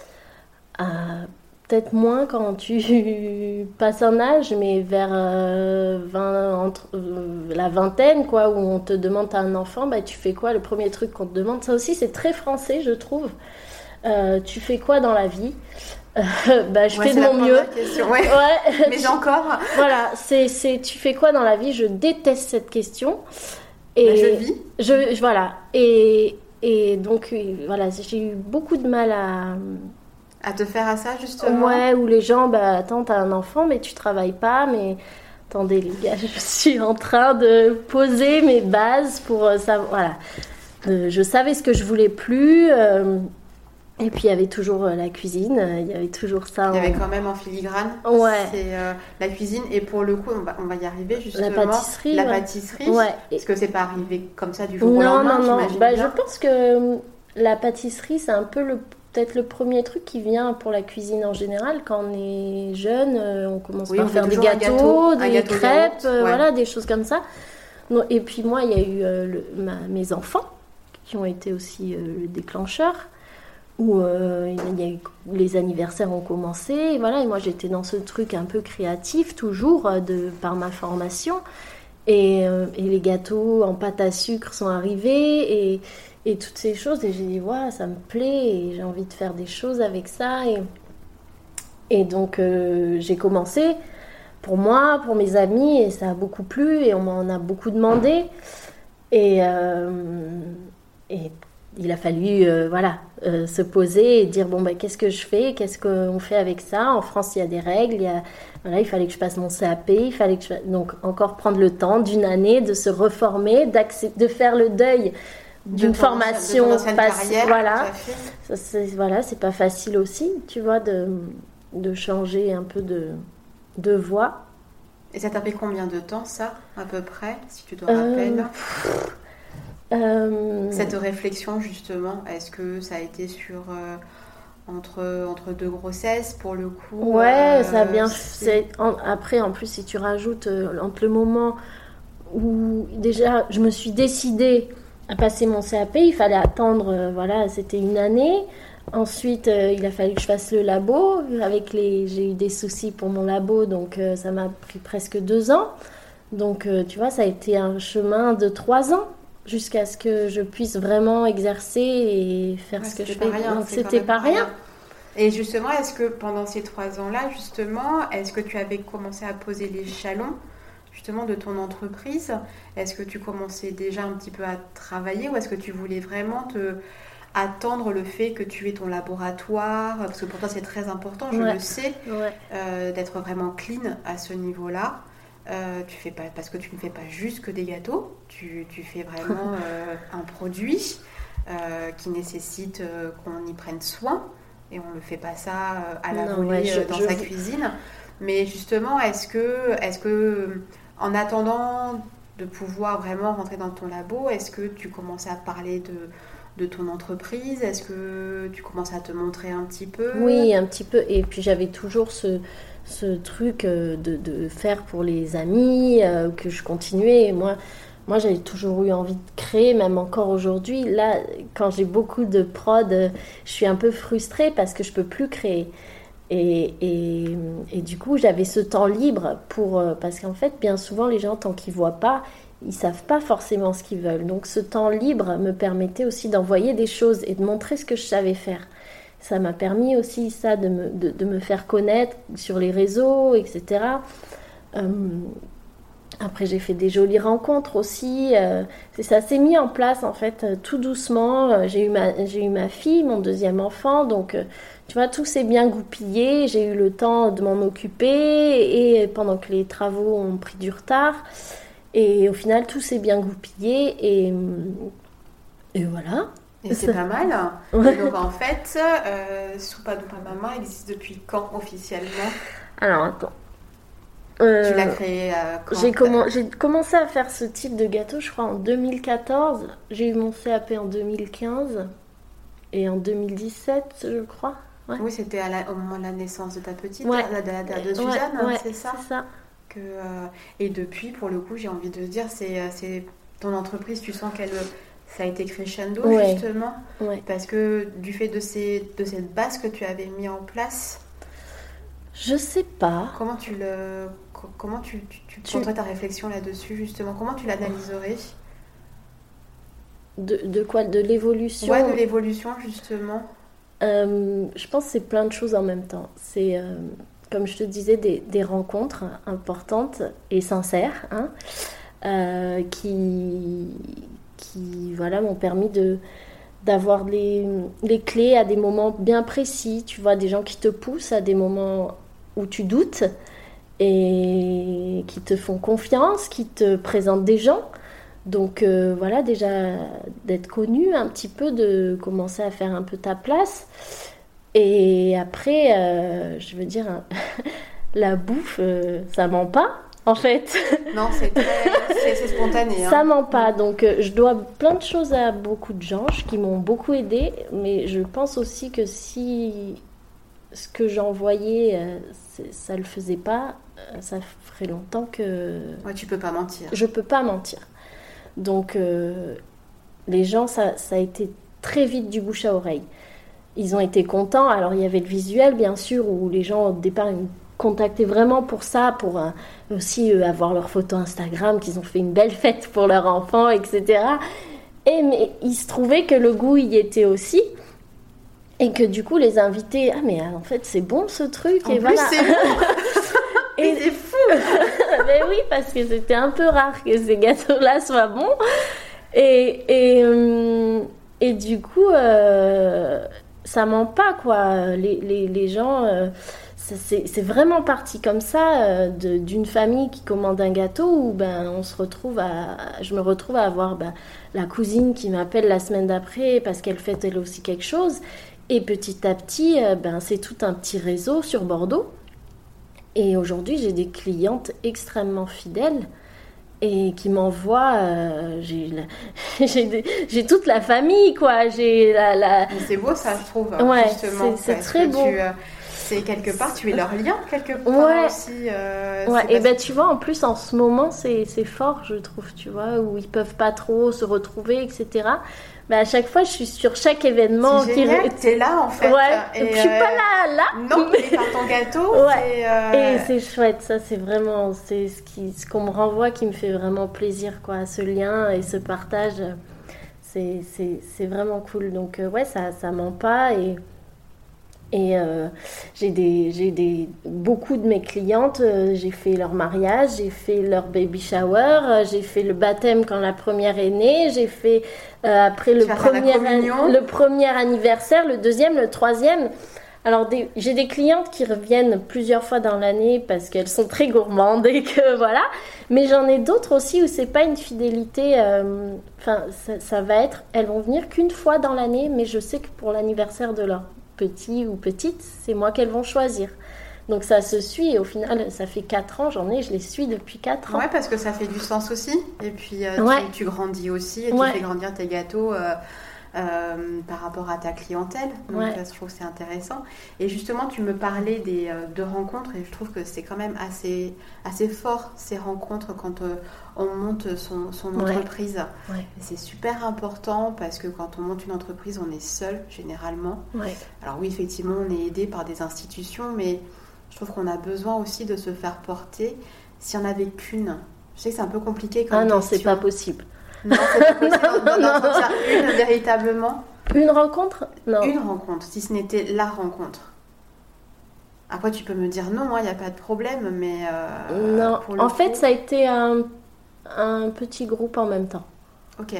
à peut-être moins quand tu passes un âge, mais vers euh, vingt, entre, euh, la vingtaine, quoi, où on te demande t'as un enfant, bah, tu fais quoi? Le premier truc qu'on te demande, ça aussi c'est très français, je trouve. Euh, tu fais quoi dans la vie? euh, bah, je ouais, fais de mon mieux. Question. Ouais. Ouais. Mais encore. Voilà, c'est, c'est tu fais quoi dans la vie? Je déteste cette question. Et bah, je vis. Je, je, voilà. Et, et donc, voilà, j'ai eu beaucoup de mal à. À te faire à ça, justement. Ouais, où les gens, bah attends, t'as un enfant, mais tu travailles pas, mais attendez les gars, je suis en train de poser mes bases pour euh, ça, voilà. Euh, je savais ce que je voulais plus, euh, et puis il y avait toujours euh, la cuisine, euh, il y avait toujours ça. Il y en... avait quand même en filigrane. Ouais. C'est euh, la cuisine, et pour le coup, on va, on va y arriver justement. La pâtisserie. La ouais. pâtisserie. Ouais. Parce que c'est pas arrivé comme ça du jour non, au lendemain, non, non, j'imagine bah, bien. je pense que la pâtisserie, c'est un peu le. Peut-être le premier truc qui vient pour la cuisine en général. Quand on est jeune, on commence oui, par on faire des gâteau, gâteaux, des gâteau crêpes, yaourt, euh, ouais. voilà, des choses comme ça. Et puis moi, il y a eu euh, le, ma, mes enfants qui ont été aussi euh, le déclencheur. Où euh, il y a eu, les anniversaires ont commencé. Et voilà, et moi, j'étais dans ce truc un peu créatif, toujours, de, par ma formation. Et, euh, et les gâteaux en pâte à sucre sont arrivés. Et... Et toutes ces choses, et j'ai dit, ouais, ça me plaît, et j'ai envie de faire des choses avec ça. Et, et donc, euh, j'ai commencé pour moi, pour mes amis, et ça a beaucoup plu, et on m'en a beaucoup demandé. Et, euh, et il a fallu euh, voilà, euh, se poser et dire bon, ben, qu'est-ce que je fais, qu'est-ce qu'on fait avec ça. En France, il y a des règles, il, y a, voilà, il fallait que je passe mon C A P, il fallait que je... Donc, encore prendre le temps d'une année de se reformer, de faire le deuil d'une formation passée. Voilà, ça, c'est, voilà, c'est pas facile aussi, tu vois, de, de changer un peu de, de voie. Et ça t'a pris combien de temps, ça, à peu près, si tu te rappelles euh... Euh... Cette réflexion, justement, est-ce que ça a été sur euh, entre, entre deux grossesses, pour le coup Ouais, euh, ça a bien... C'est... En, après, en plus, si tu rajoutes euh, entre le moment où, déjà, je me suis décidée à passer mon C A P, il fallait attendre, euh, voilà, c'était une année. Ensuite, euh, il a fallu que je fasse le labo. Avec les... J'ai eu des soucis pour mon labo, donc euh, ça m'a pris presque deux ans. Donc, euh, tu vois, ça a été un chemin de trois ans. Jusqu'à ce que je puisse vraiment exercer et faire ouais, ce que je fais. Rien, Donc c'était pas rien. rien. Et justement, est-ce que pendant ces trois ans-là, justement, est-ce que tu avais commencé à poser les jalons justement de ton entreprise ? Est-ce que tu commençais déjà un petit peu à travailler ou est-ce que tu voulais vraiment te attendre le fait que tu aies ton laboratoire ? Parce que pour toi, c'est très important, je ouais. le sais, ouais. euh, d'être vraiment clean à ce niveau-là. Euh, tu fais pas, parce que tu ne fais pas juste que des gâteaux, tu, tu fais vraiment euh, un produit euh, qui nécessite euh, qu'on y prenne soin et on ne fait pas ça euh, à la non, volée ouais, je, euh, dans je... sa cuisine. Mais justement, est-ce que, est-ce que en attendant de pouvoir vraiment rentrer dans ton labo, est-ce que tu commençais à parler de, de ton entreprise ? Est-ce que tu commençais à te montrer un petit peu ? Oui, un petit peu. Et puis j'avais toujours ce... ce truc de, de faire pour les amis, euh, que je continuais. Et moi, moi, j'avais toujours eu envie de créer, même encore aujourd'hui. Là, quand j'ai beaucoup de prod, je suis un peu frustrée parce que je peux plus créer. Et, et, et du coup, j'avais ce temps libre pour... Parce qu'en fait, bien souvent, les gens, tant qu'ils ne voient pas, ils ne savent pas forcément ce qu'ils veulent. Donc, ce temps libre me permettait aussi d'envoyer des choses et de montrer ce que je savais faire. Ça m'a permis aussi ça de me, de, de me faire connaître sur les réseaux, et cetera. Euh, après, j'ai fait des jolies rencontres aussi. Euh, c'est, ça s'est mis en place, en fait, euh, tout doucement. J'ai eu, ma, j'ai eu ma fille, mon deuxième enfant. Donc, euh, tu vois, tout s'est bien goupillé. J'ai eu le temps de m'en occuper. Et pendant que les travaux ont pris du retard. Et au final, tout s'est bien goupillé. Et, et voilà. Et c'est pas mal. Ouais. Donc en fait, euh, Soupa Doupa Mama existe depuis quand officiellement ? Alors attends. Euh, tu l'as créé euh, quand j'ai, comm- j'ai commencé à faire ce type de gâteau, je crois, en deux mille quatorze. J'ai eu mon C A P en deux mille quinze. Et en deux mille dix-sept, je crois. Ouais. Oui, c'était à la, au moment de la naissance de ta petite, ouais. de, de, de, de Suzanne, ouais, ouais, c'est ça, c'est ça. Que, euh, et depuis, pour le coup, j'ai envie de dire, c'est, c'est ton entreprise, tu sens qu'elle... Ça a été crescendo, ouais. justement, ouais. parce que du fait de, ces, de cette base que tu avais mis en place... Je sais pas. Comment tu le... Comment tu, tu, tu, tu... ta réflexion là-dessus, justement ? Comment tu l'analyserais ? de, de quoi ? De l'évolution ? Ouais, de l'évolution, justement. Euh, je pense que c'est plein de choses en même temps. C'est, euh, comme je te disais, des, des rencontres importantes et sincères, hein, euh, qui... qui voilà, m'ont permis de, d'avoir les, les clés à des moments bien précis. Tu vois, des gens qui te poussent à des moments où tu doutes et qui te font confiance, qui te présentent des gens. Donc euh, voilà, déjà d'être connu un petit peu, de commencer à faire un peu ta place. Et après, euh, je veux dire, la bouffe, euh, ça ment pas. En fait. Non, c'est, très, c'est, c'est spontané. Hein. Ça ment pas. Donc, euh, je dois plein de choses à beaucoup de gens qui m'ont beaucoup aidée. Mais je pense aussi que si ce que j'envoyais, euh, ça le faisait pas, euh, ça ferait longtemps que... Ouais, tu peux pas mentir. Je peux pas mentir. Donc, euh, les gens, ça, ça a été très vite du bouche à oreille. Ils ont été contents. Alors, il y avait le visuel, bien sûr, où les gens, au départ, ils me contactaient vraiment pour ça, pour euh, aussi euh, avoir leur photo Instagram, qu'ils ont fait une belle fête pour leur enfant, et cetera. Et mais il se trouvait que le goût y était aussi. Et que du coup, les invités, ah mais en fait, c'est bon ce truc. En et plus, voilà. c'est bon. Et c'est fou. Mais oui, parce que c'était un peu rare que ces gâteaux-là soient bons. Et, et, euh, et du coup, euh, ça ment pas, quoi. Les, les, les gens, euh, c'est, c'est vraiment parti comme ça, euh, de, d'une famille qui commande un gâteau où ben, on se retrouve à, je me retrouve à avoir ben, la cousine qui m'appelle la semaine d'après parce qu'elle fête elle aussi quelque chose. Et petit à petit, euh, ben, c'est tout un petit réseau sur Bordeaux. Et aujourd'hui, j'ai des clientes extrêmement fidèles et qui m'envoient. Euh, j'ai, la, j'ai, des, j'ai toute la famille, quoi. J'ai la, la... Mais c'est beau, ça, je trouve. Ouais, justement, c'est, c'est très beau. Tu, euh, c'est quelque part, tu es leur lien, quelque part ouais. aussi. Euh, ouais, et ben tu vois, en plus, en ce moment, c'est, c'est fort, je trouve, tu vois, où ils peuvent pas trop se retrouver, et cetera. Bah, à chaque fois, je suis sur chaque événement. C'est génial, qui... t'es là en fait. Ouais, et je suis euh... pas là, là. Non, mais par ton gâteau. Ouais. C'est, euh... Et c'est chouette, ça c'est vraiment, c'est ce, qui, ce qu'on me renvoie qui me fait vraiment plaisir, quoi. Ce lien et ce partage, c'est, c'est, c'est vraiment cool. Donc euh, ouais, ça, ça ment pas et... Et euh, j'ai, des, j'ai des, beaucoup de mes clientes, euh, j'ai fait leur mariage, j'ai fait leur baby shower, euh, j'ai fait le baptême quand la première est née, j'ai fait euh, après le premier, an, le premier anniversaire, le deuxième, le troisième. Alors des, j'ai des clientes qui reviennent plusieurs fois dans l'année parce qu'elles sont très gourmandes et que voilà. Mais j'en ai d'autres aussi où c'est pas une fidélité. Enfin, euh, ça, ça va être, elles vont venir qu'une fois dans l'année, mais je sais que pour l'anniversaire de leur petit ou petite, c'est moi qu'elles vont choisir. Donc ça se suit et au final, ça fait quatre ans, j'en ai, je les suis depuis quatre ans. Ouais, parce que ça fait du sens aussi. Et puis euh, ouais. tu, tu grandis aussi et ouais. tu fais grandir tes gâteaux euh, euh, par rapport à ta clientèle. Donc ouais. ça, je trouve que c'est intéressant. Et justement, tu me parlais des, euh, de rencontres et je trouve que c'est quand même assez, assez fort ces rencontres quand euh, on monte son, son entreprise. Ouais. Ouais. C'est super important parce que quand on monte une entreprise, on est seul généralement. Ouais. Alors oui, effectivement, on est aidé par des institutions, mais je trouve qu'on a besoin aussi de se faire porter. S'il n'y en avait qu'une, je sais que c'est un peu compliqué comme Ah non, question. c'est pas possible. Non, c'est pas possible. Non, non, non. Une véritablement. Une rencontre ? Non. Une rencontre, si ce n'était la rencontre. Après, tu peux me dire non, moi, il n'y a pas de problème, mais... Euh, non, en coup... fait, ça a été un, un petit groupe en même temps. Ok.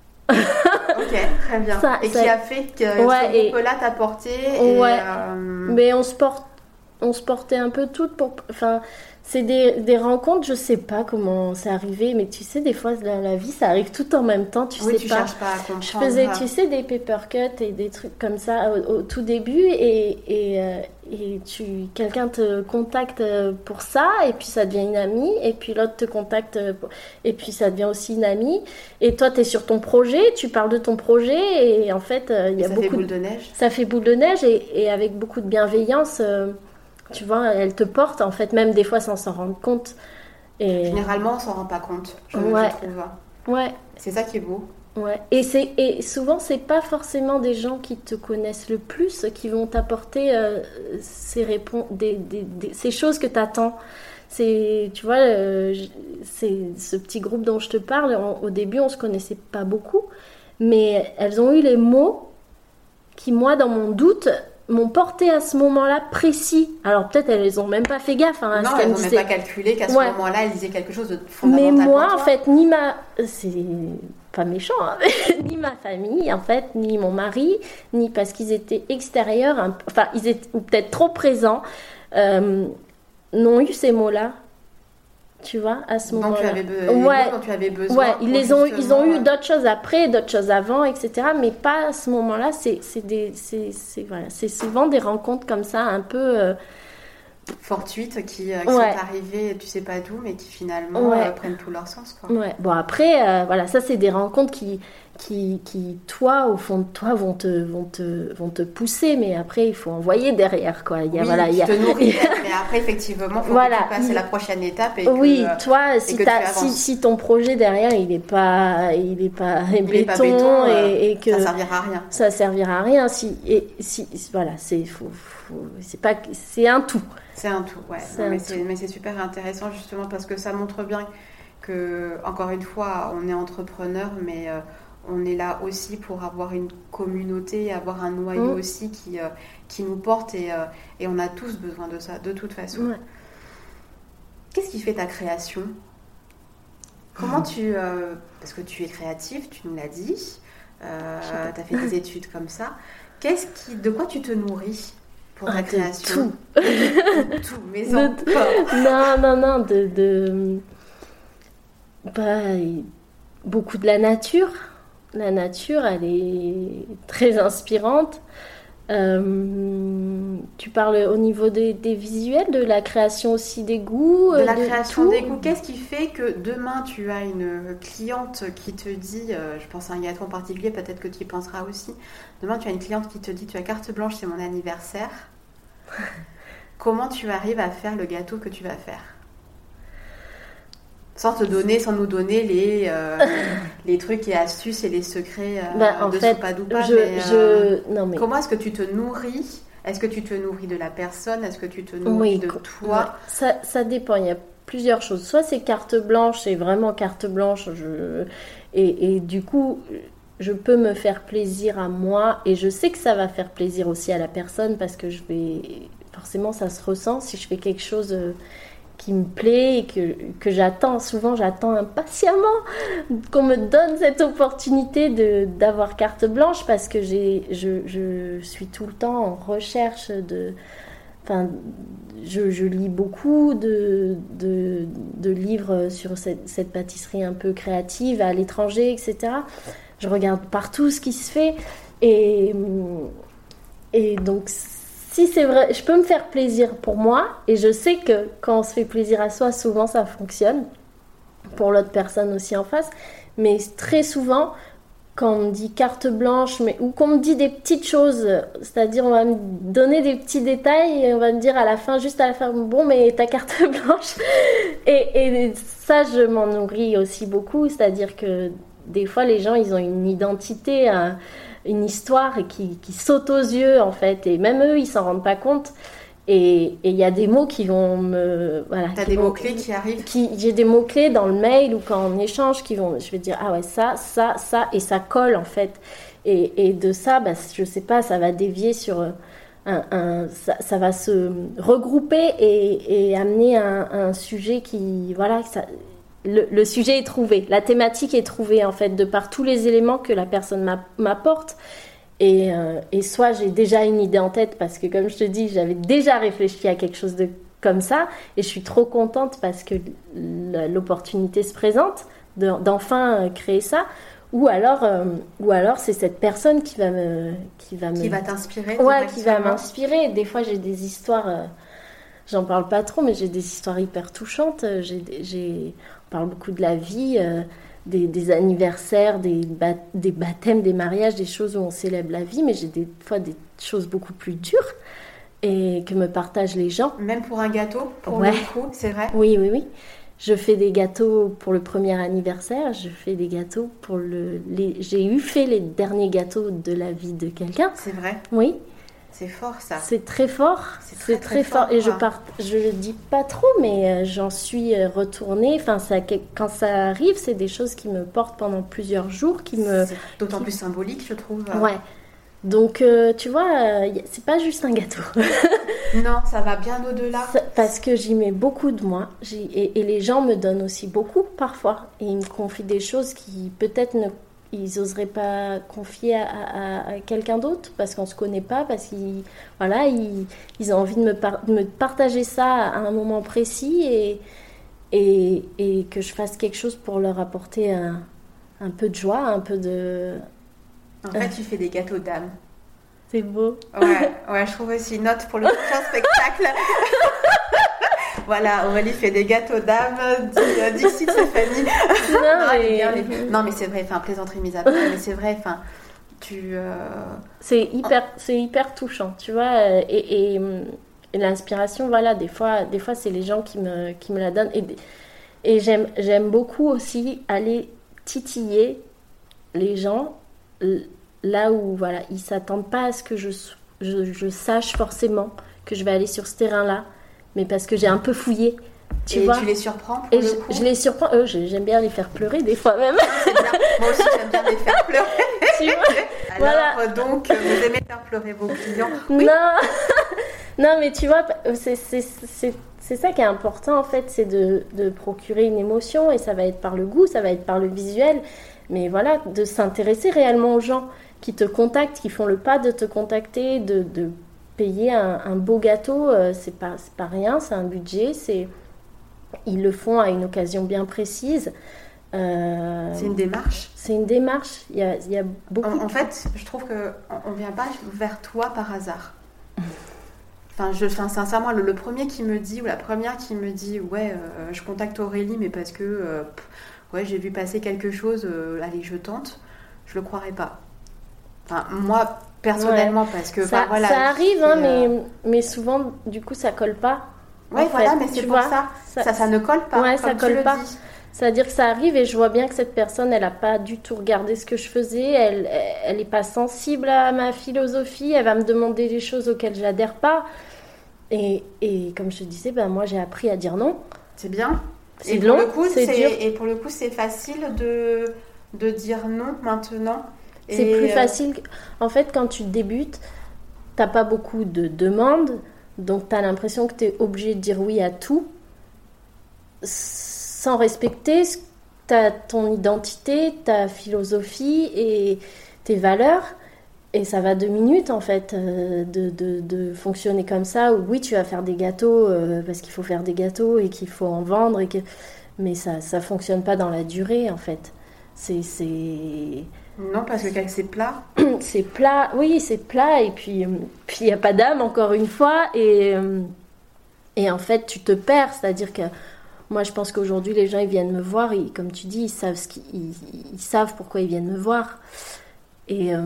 Ok, très bien. Ça, et ça... qui a fait que ouais, ce groupe-là t'a porté et, ouais, euh... mais on se porte, on se portait un peu toutes pour... Enfin, c'est des, des rencontres, je sais pas comment c'est arrivé, mais tu sais, des fois, la, la vie, ça arrive tout en même temps, tu oui, sais tu pas. cherches pas à comprendre. Je faisais, tu sais, des paper cuts et des trucs comme ça au, au tout début, et, et, euh, et tu, quelqu'un te contacte pour ça, et puis ça devient une amie, et puis l'autre te contacte, pour, et puis ça devient aussi une amie, et toi, tu es sur ton projet, tu parles de ton projet, et en fait, il euh, y a ça beaucoup... Ça fait boule de neige. Ça fait boule de neige, et, et avec beaucoup de bienveillance... Euh, tu vois, elle te porte, en fait, même des fois sans s'en rendre compte. Et... Généralement, on s'en rend pas compte, je, ouais. je trouve. Ouais. C'est ça qui est beau. Ouais. Et, c'est, et souvent, c'est pas forcément des gens qui te connaissent le plus qui vont t'apporter euh, ces, répons- des, des, des, ces choses que tu attends. C'est, tu vois, euh, c'est ce petit groupe dont je te parle, on, au début, on se connaissait pas beaucoup, mais elles ont eu les mots qui, moi, dans mon doute... m'ont porté à ce moment-là précis. Alors peut-être elles les ont même pas fait gaffe. Hein, non, à ce elles n'ont disaient. même pas calculé qu'à ce ouais. moment-là, elles disaient quelque chose de Mais fondamental. moi, pour en toi. fait, ni ma... C'est pas méchant, hein, ni ma famille, en fait, ni mon mari, ni parce qu'ils étaient extérieurs, un... enfin, ils étaient ou peut-être trop présents, euh, n'ont eu ces mots-là. Tu vois, à ce moment-là. Donc tu avais, be- ouais. dont tu avais besoin. Ouais, ils, les ont, ils ont eu d'autres choses après, d'autres choses avant, et cetera. Mais pas à ce moment-là. C'est, c'est, des, c'est, c'est, voilà, c'est souvent des rencontres comme ça, un peu... Euh... fortuites, qui, euh, qui ouais. sont arrivées, tu sais pas d'où, mais qui finalement ouais. euh, prennent tout leur sens. Quoi. Ouais. Bon, après, euh, voilà, ça, c'est des rencontres qui... Qui, qui, toi, au fond de toi, vont te, vont te, vont te pousser, mais après, il faut envoyer derrière, quoi. Il y a, oui, voilà, tu il y a... te nourris, mais après, effectivement, il faut voilà. que tu passes à la prochaine étape. Et oui, que, toi, si, et t'as, si, si ton projet derrière, il n'est pas, il est pas, il béton, est pas béton, et, et que ça servira à rien. Ça servira à rien. Si, et, si, voilà, c'est, faut, faut, c'est, pas, c'est un tout. C'est un tout, ouais. C'est non, un mais, tout. c'est, mais c'est super intéressant, justement, parce que ça montre bien que, encore une fois, on est entrepreneur, mais... Euh, on est là aussi pour avoir une communauté, avoir un noyau mmh. aussi qui, euh, qui nous porte et, euh, et on a tous besoin de ça, de toute façon. Ouais. Qu'est-ce qui fait ta création ? Comment tu... Euh, parce que tu es créative, tu nous l'as dit. euh, tu as fait des études comme ça. Qu'est-ce qui, de quoi tu te nourris pour ah, la création? Tout. Tout, mais encore. Non, non, non, de... de... Bah, beaucoup de la nature. La nature, elle est très inspirante. Euh, tu parles au niveau des, des visuels, de la création aussi des goûts. De la de création tout. des goûts. Qu'est-ce qui fait que demain tu as une cliente qui te dit, euh, je pense à un gâteau en particulier, peut-être que tu y penseras aussi. Demain tu as une cliente qui te dit, tu as carte blanche, c'est mon anniversaire. Comment tu arrives à faire le gâteau que tu vas faire? Sans te donner, sans nous donner les, euh, les trucs et astuces et les secrets euh, bah, en de fait, Soupadoupa. Je, mais, euh, je... Non, mais... Comment est-ce que tu te nourris? Est-ce que tu te nourris de la personne? Est-ce que tu te nourris oui, de ouais, toi? ça, ça dépend, il y a plusieurs choses. Soit c'est carte blanche, c'est vraiment carte blanche. Je... Et, et du coup, je peux me faire plaisir à moi. Et je sais que ça va faire plaisir aussi à la personne parce que je vais... Forcément, ça se ressent si je fais quelque chose... Euh, qui me plaît et que, que j'attends. Souvent, j'attends impatiemment qu'on me donne cette opportunité de, d'avoir carte blanche parce que j'ai, je, je suis tout le temps en recherche de... Enfin, je, je lis beaucoup de, de, de livres sur cette, cette pâtisserie un peu créative à l'étranger, et cetera. Je regarde partout ce qui se fait et, et donc... Si c'est vrai, je peux me faire plaisir pour moi et je sais que quand on se fait plaisir à soi, souvent ça fonctionne pour l'autre personne aussi en face. Mais très souvent, quand on me dit carte blanche mais, ou qu'on me dit des petites choses, c'est-à-dire on va me donner des petits détails et on va me dire à la fin, juste à la fin, bon mais ta carte blanche. Et, et ça, je m'en nourris aussi beaucoup, c'est-à-dire que des fois les gens, ils ont une identité... Hein, une histoire qui, qui saute aux yeux en fait et même eux ils s'en rendent pas compte et il y a des mots qui vont me voilà t'as des mots clés qui arrivent qui, j'ai des mots clés dans le mail ou quand on échange qui vont je vais dire ah ouais ça ça ça et ça colle en fait et, et de ça bah, je sais pas ça va dévier sur un, un ça, ça va se regrouper et, et amener un, un sujet qui voilà ça Le, le sujet est trouvé, la thématique est trouvée en fait de par tous les éléments que la personne m'apporte et, euh, et soit j'ai déjà une idée en tête parce que comme je te dis j'avais déjà réfléchi à quelque chose de comme ça et je suis trop contente parce que l'opportunité se présente de, d'enfin créer ça ou alors, euh, ou alors c'est cette personne qui va me qui va, me... qui va t'inspirer ouais, qui va m'inspirer. Des fois j'ai des histoires euh, j'en parle pas trop mais j'ai des histoires hyper touchantes j'ai, j'ai on parle beaucoup de la vie, euh, des, des anniversaires, des, bat- des baptêmes, des mariages, des choses où on célèbre la vie, mais j'ai des fois des choses beaucoup plus dures et que me partagent les gens. Même pour un gâteau, pour ouais. le coup, c'est vrai. Oui, oui, oui. Je fais des gâteaux pour le premier anniversaire, je fais des gâteaux pour le... Les, j'ai eu fait les derniers gâteaux de la vie de quelqu'un. C'est vrai. Oui. C'est fort ça. C'est très fort. C'est très, c'est très, très fort. fort. Et je part, je le dis pas trop, mais j'en suis retournée. Enfin, ça, quand ça arrive, c'est des choses qui me portent pendant plusieurs jours, qui me. C'est d'autant qui... plus symbolique, je trouve. Ouais. Donc, euh, tu vois, euh, c'est pas juste un gâteau. Non, ça va bien au-delà. Parce que j'y mets beaucoup de moi. J'y... Et, et les gens me donnent aussi beaucoup parfois. Et ils me confient des choses qui peut-être ne. Ils n'oseraient pas confier à, à, à quelqu'un d'autre parce qu'on ne se connaît pas, parce qu'ils voilà, ils, ils ont envie de me, par, de me partager ça à un moment précis et, et, et que je fasse quelque chose pour leur apporter un, un peu de joie, un peu de... En fait, tu fais des gâteaux d'âme. C'est beau. Ouais, ouais, je trouve aussi une note pour le prochain spectacle. Voilà, Aurélie fait des gâteaux d'âme, Dixit Stéphanie. Non, non, mais... Bien, les... non, mais c'est vrai, enfin, plaisanterie mise à part, mais c'est vrai, enfin, tu... Euh... C'est hyper, c'est hyper touchant, tu vois, et, et, et l'inspiration, voilà, des fois, des fois, c'est les gens qui me, qui me la donnent, et, et j'aime, j'aime beaucoup aussi aller titiller les gens là où, voilà, ils s'attendent pas à ce que je, je, je sache forcément que je vais aller sur ce terrain-là, mais parce que j'ai un peu fouillé. Tu et vois tu les surprends pour et le je, coup je les surprends. Eux, j'aime bien les faire pleurer des fois même. C'est bien. Moi aussi, j'aime bien les faire pleurer. Tu vois Alors, voilà. Donc, vous aimez faire pleurer vos clients? Oui. Non, non, mais tu vois, c'est, c'est, c'est, c'est ça qui est important en fait, c'est de, de procurer une émotion et ça va être par le goût, ça va être par le visuel. mais voilà, de s'intéresser réellement aux gens qui te contactent, qui font le pas de te contacter, de, de payer un, un beau gâteau, euh, c'est pas, c'est pas rien, c'est un budget, c'est... ils le font à une occasion bien précise. Euh, c'est une démarche. C'est une démarche. Il y a, il y a beaucoup. En, de... en fait, je trouve que on vient pas vers toi par hasard. Enfin, je, enfin, sincèrement, le, le premier qui me dit ou la première qui me dit, ouais, euh, je contacte Aurélie, mais parce que, euh, pff, ouais, j'ai vu passer quelque chose, euh, allez, je tente, je le croirais pas. Enfin, moi, personnellement, ouais. parce que, ça, bah, voilà. Ça arrive, hein, euh... mais, mais souvent, du coup, ça colle pas. Ouais, voilà, fait, mais c'est pour vois, ça. Ça, ça, ça ne colle pas. Ouais, comme ça colle pas. Dis. C'est-à-dire que ça arrive et je vois bien que cette personne, elle n'a pas du tout regardé ce que je faisais, elle elle n'est pas sensible à ma philosophie, elle va me demander des choses auxquelles je n'adhère pas. Et, et comme je te disais, ben moi j'ai appris à dire non. C'est bien. C'est et long, pour le coup, c'est, c'est dur. Et pour le coup, c'est facile de, de dire non maintenant. C'est et plus euh... facile. En fait, quand tu débutes, tu n'as pas beaucoup de demandes, donc tu as l'impression que tu es obligé de dire oui à tout, sans respecter ta, ton identité, ta philosophie et tes valeurs. Et ça va deux minutes, en fait, euh, de, de, de fonctionner comme ça. Où oui, tu vas faire des gâteaux euh, parce qu'il faut faire des gâteaux et qu'il faut en vendre. Et que... Mais ça ne fonctionne pas dans la durée, en fait. C'est... c'est... Non, parce que c'est plat. C'est plat, oui, c'est plat. Et puis, il puis n'y a pas d'âme, encore une fois. Et, et en fait, tu te perds. C'est-à-dire que moi, je pense qu'aujourd'hui, les gens, ils viennent me voir. Et, comme tu dis, ils savent, ce qu'ils, ils, ils savent pourquoi ils viennent me voir. Et euh...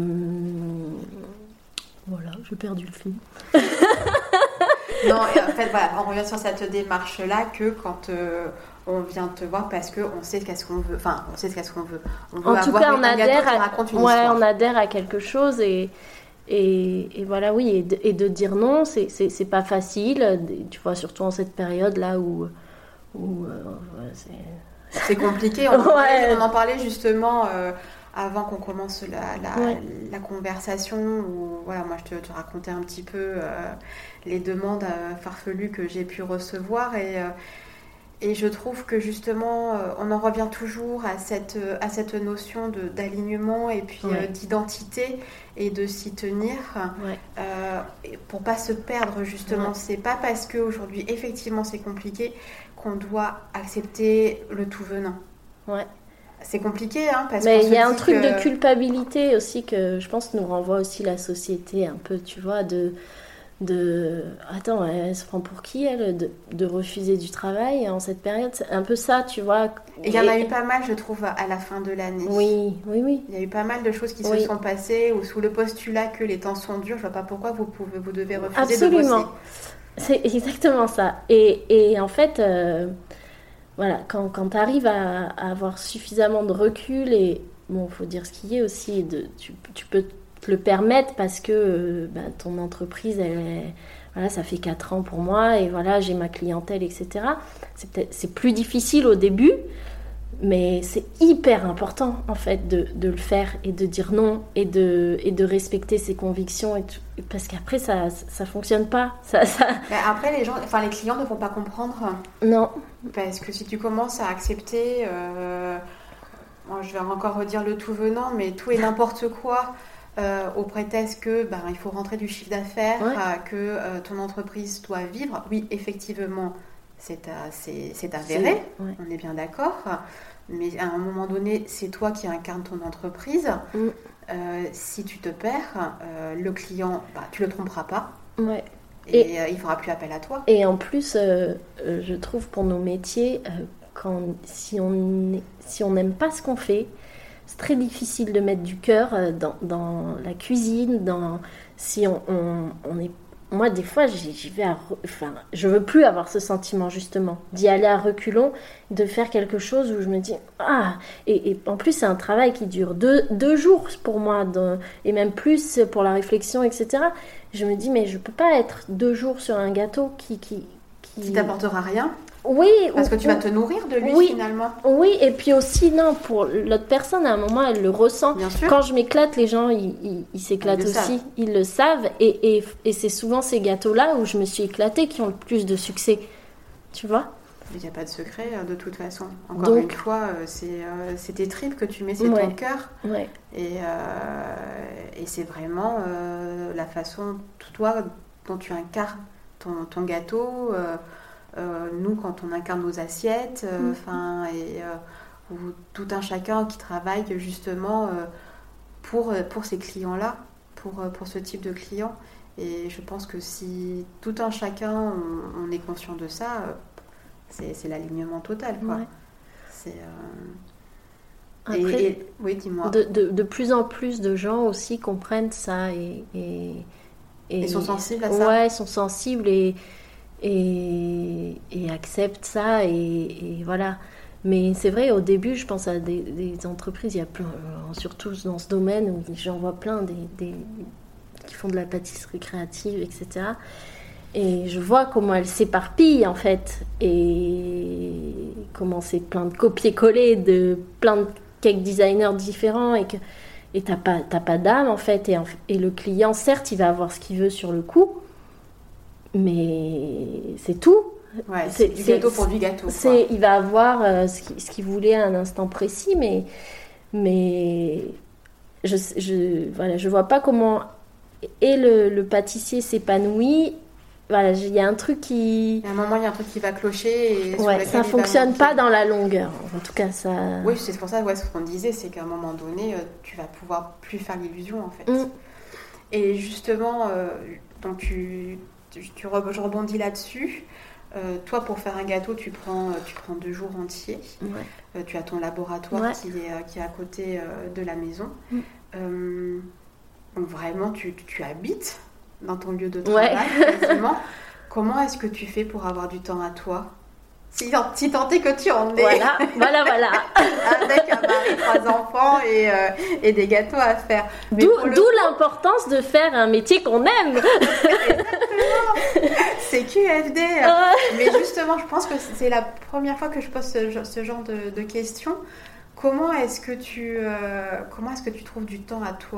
voilà, j'ai perdu le fil. Non, et en fait, voilà, on revient sur cette démarche-là que quand euh, on vient te voir parce qu'on sait qu'est-ce qu'on veut. Enfin, on sait qu'est-ce qu'on veut. On veut en tout cas, on adhère, à... une ouais, histoire. on adhère à quelque chose et, et, et voilà, oui, et de, et de dire non, c'est, c'est, c'est pas facile. Tu vois, surtout en cette période-là où... où euh, c'est... c'est compliqué. On, en parlait, ouais. on en parlait justement... Euh, avant qu'on commence la, la, ouais. la conversation, où voilà, moi je te, te racontais un petit peu euh, les demandes euh, farfelues que j'ai pu recevoir et, euh, et je trouve que justement euh, on en revient toujours à cette, à cette notion de, d'alignement et puis ouais. euh, d'identité et de s'y tenir ouais. euh, pour pas se perdre justement. Ouais. C'est pas parce qu'aujourd'hui effectivement c'est compliqué qu'on doit accepter le tout venant. Ouais. C'est compliqué, hein, parce mais qu'il y a un truc que... de culpabilité aussi que je pense nous renvoie aussi la société un peu, tu vois, de, de... Attends, elle se prend pour qui, elle, de, de refuser du travail en cette période. C'est un peu ça, tu vois. Il y en a eu pas mal, je trouve, à la fin de l'année. Oui, oui, oui. Il y a eu pas mal de choses qui oui. se sont passées, ou sous le postulat que les temps sont durs, je vois pas pourquoi vous, pouvez, vous devez refuser Absolument. de bosser. C'est exactement ça. Et, et en fait... Euh... Voilà, quand, quand tu arrives à, à avoir suffisamment de recul et, bon, il faut dire ce qu'il y a aussi, de, tu, tu peux te le permettre parce que euh, bah, ton entreprise, elle est, voilà, ça fait quatre ans pour moi et voilà, j'ai ma clientèle, et cetera. C'est, peut-être, c'est plus difficile au début, mais c'est hyper important en fait de, de le faire et de dire non et de, et de respecter ses convictions et tout, parce qu'après ça ça fonctionne pas ça, ça... Mais après les gens, enfin les clients ne vont pas comprendre. Non. Parce que si tu commences à accepter, euh, bon, je vais encore redire le tout venant, mais tout et n'importe quoi. Euh, au prétexte que ben, il faut rentrer du chiffre d'affaires, ouais. euh, que euh, ton entreprise doit vivre. Oui, effectivement, c'est, à, c'est, c'est avéré, c'est... Ouais. on est bien d'accord. Mais à un moment donné, c'est toi qui incarnes ton entreprise. Mm. Euh, si tu te perds, euh, le client, bah, tu le tromperas pas. Ouais. Et, et euh, il fera plus appel à toi. Et en plus, euh, euh, je trouve pour nos métiers, euh, quand, si on est, si on n'aime pas ce qu'on fait, c'est très difficile de mettre du cœur dans, dans la cuisine. Dans, si on, on, on est, moi, des fois, j'y, j'y vais à... Enfin, je veux plus avoir ce sentiment, justement, d'y aller à reculons, de faire quelque chose où je me dis... Ah, et, et en plus, c'est un travail qui dure deux, deux jours pour moi, de, et même plus pour la réflexion, et cetera. Je me dis, mais je peux pas être deux jours sur un gâteau qui... qui, qui... qui t'apportera rien. Oui. Parce ou, que tu vas te nourrir de lui, oui, finalement. Oui, et puis aussi, non, pour l'autre personne, à un moment, elle le ressent. Bien sûr. Quand je m'éclate, les gens, ils, ils, ils s'éclatent ils aussi. Ils le savent. Et, et, et c'est souvent ces gâteaux-là où je me suis éclatée qui ont le plus de succès. Tu vois ? Il n'y a pas de secret de toute façon. Encore Donc, une fois, c'est, euh, c'est tes tripes que tu mets, c'est ouais, ton cœur. Ouais. Et, euh, et c'est vraiment euh, la façon, toi, dont tu incarnes ton, ton gâteau. Euh, euh, nous, quand on incarne nos assiettes, euh, mm. et euh, ou tout un chacun qui travaille justement euh, pour, pour ces clients-là, pour, pour ce type de clients. Et je pense que si tout un chacun, on, on est conscient de ça, c'est, c'est l'alignement total, quoi. Ouais. C'est, euh... Après, et, et... oui, dis-moi. De, de, de plus en plus de gens aussi comprennent ça et, et, et ils sont sensibles à ça. Ouais, ils sont sensibles et, et, et acceptent ça et, et voilà. Mais c'est vrai, au début, je pense à des, des entreprises, il y a plein, surtout dans ce domaine où j'en vois plein des, des qui font de la pâtisserie créative, et cetera. Et je vois comment elles s'éparpillent, en fait, et comment c'est plein de copier-coller de plein de cake designers différents, et que et t'as pas, t'as pas d'âme, en fait, et, et le client, certes, il va avoir ce qu'il veut sur le coup, mais c'est tout. Ouais, c'est, c'est du gâteau pour du gâteau. C'est, il va avoir euh, ce, qu'il, ce qu'il voulait à un instant précis, mais, mais je, je, voilà, je vois pas comment... Et le, le pâtissier s'épanouit. Voilà, il y a un truc qui... À un moment, il y a un truc qui va clocher. Et ouais, ça ne fonctionne pas dans la longueur. En tout cas, ça... Oui, c'est pour ça, ouais, ce qu'on disait, c'est qu'à un moment donné, tu vas pouvoir plus faire l'illusion, en fait. Mm. Et justement, euh, donc tu, tu, tu re, je rebondis là-dessus. Euh, toi, pour faire un gâteau, tu prends, tu prends deux jours entiers. Ouais. Euh, tu as ton laboratoire ouais. qui, est, qui est à côté euh, de la maison. Mm. Euh, Donc vraiment, tu, tu habites dans ton lieu de travail, ouais. quasiment. Comment est-ce que tu fais pour avoir du temps à toi ? Si, si tant est que tu en es. Voilà, voilà, voilà. Avec un mari, trois enfants et, euh, et des gâteaux à faire. Mais d'où, d'où coup... l'importance de faire un métier qu'on aime. Exactement. C'est Q F D. Euh... Mais justement, je pense que c'est la première fois que je pose ce, ce genre de, de questions. Comment est-ce que tu, euh, comment est-ce que tu trouves du temps à toi ?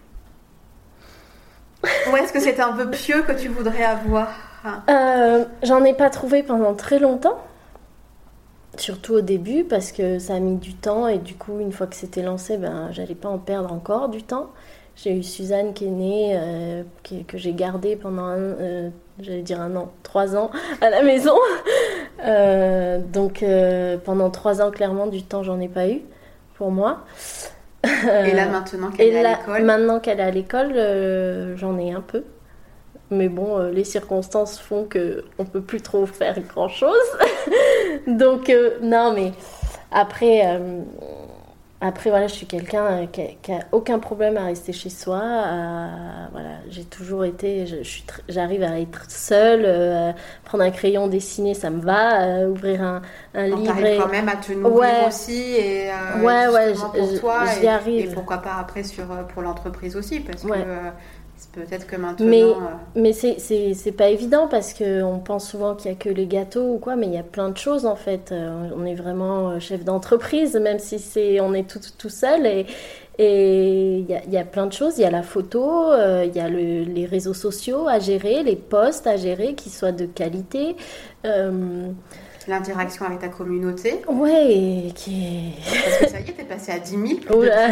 Ou est-ce que c'est un peu pieux que tu voudrais avoir ? euh, J'en ai pas trouvé pendant très longtemps. Surtout au début, parce que ça a mis du temps. Et du coup, une fois que c'était lancé, ben, j'allais pas en perdre encore du temps. J'ai eu Suzanne qui est née, euh, qui, que j'ai gardée pendant, un, euh, j'allais dire un an, trois ans à la maison. euh, donc, euh, pendant trois ans, clairement, du temps, j'en ai pas eu pour moi. Et là, maintenant qu'elle est à l'école Maintenant qu'elle est à l'école, euh, j'en ai un peu. Mais bon, euh, les circonstances font qu'on ne peut plus trop faire grand-chose. Donc, euh, non, mais après, euh, après, voilà, je suis quelqu'un qui n'a aucun problème à rester chez soi. À, voilà, j'ai toujours été... Je, je suis tr- j'arrive à être seule, euh, prendre un crayon, dessiner, ça me va. Euh, ouvrir un, un Donc, livre. T'arrives quand même à te nourrir ouais. aussi. Et, euh, ouais, ouais, pour je, toi. j'y et, arrive. Et pourquoi pas après sur, pour l'entreprise aussi, parce ouais. que... Euh, peut-être que maintenant... Mais, euh... mais c'est, c'est, c'est pas évident parce qu'on pense souvent qu'il n'y a que les gâteaux ou quoi, mais il y a plein de choses en fait. On est vraiment chef d'entreprise, même si c'est, on est tout, tout seul. Et et il y a, y a plein de choses. Il y a la photo, il euh, y a le, les réseaux sociaux à gérer, les posts à gérer qui soient de qualité. Euh... L'interaction avec ta communauté. Ouais, qui est... Parce que ça y est, t'es passé à dix mille. Oula.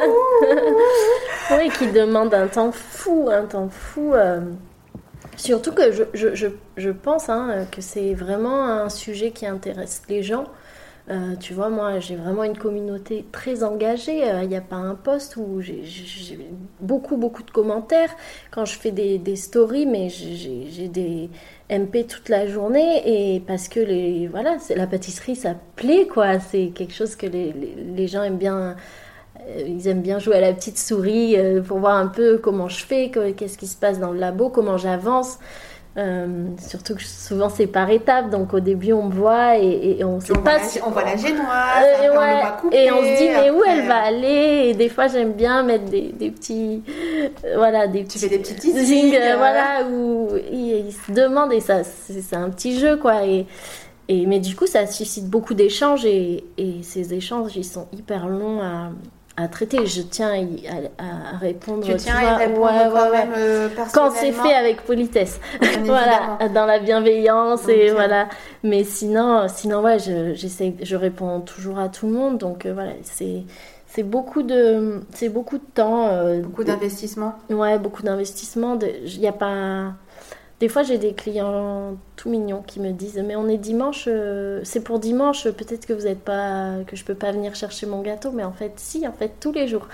Oui, qui demande un temps fou, un temps fou. Euh... Surtout que je, je, je, je pense hein, que c'est vraiment un sujet qui intéresse les gens. Euh, tu vois, moi, j'ai vraiment une communauté très engagée. Il euh, n'y a pas un post où j'ai, j'ai beaucoup, beaucoup de commentaires. Quand je fais des, des stories, mais j'ai, j'ai des M P toute la journée. Et parce que les, voilà, c'est, la pâtisserie, ça plaît, quoi. C'est quelque chose que les, les, les gens aiment bien. Euh, ils aiment bien jouer à la petite souris euh, pour voir un peu comment je fais, qu'est-ce qui se passe dans le labo, comment j'avance. Euh, surtout que souvent c'est par étapes, donc au début on me voit et, et on sait on pas voit si la, on voit la génoise, euh, après ouais, on va couper, et on se dit mais après... où elle va aller, et des fois j'aime bien mettre des, des petits euh, voilà des tu petits, fais des petits teasings euh, voilà où ils, ils se demandent et ça c'est, c'est un petit jeu quoi et, et mais du coup ça suscite beaucoup d'échanges et, et ces échanges ils sont hyper longs à à traiter. Je tiens à, à répondre. Tu tiens tu à vois, répondre ouais, quand ouais, même ouais. euh, Quand c'est fait avec politesse. Voilà, dans la bienveillance. Donc, et euh... voilà. Mais sinon, sinon ouais, je, j'essaie, je réponds toujours à tout le monde. Donc euh, voilà, c'est, c'est, beaucoup de, c'est beaucoup de temps. Euh, beaucoup d'investissement. Ouais, beaucoup d'investissement. Il n'y a pas... Des fois, j'ai des clients tout mignons qui me disent « Mais on est dimanche, euh, c'est pour dimanche, peut-être que vous êtes pas, que je peux pas venir chercher mon gâteau. » Mais en fait, si, en fait, tous les jours.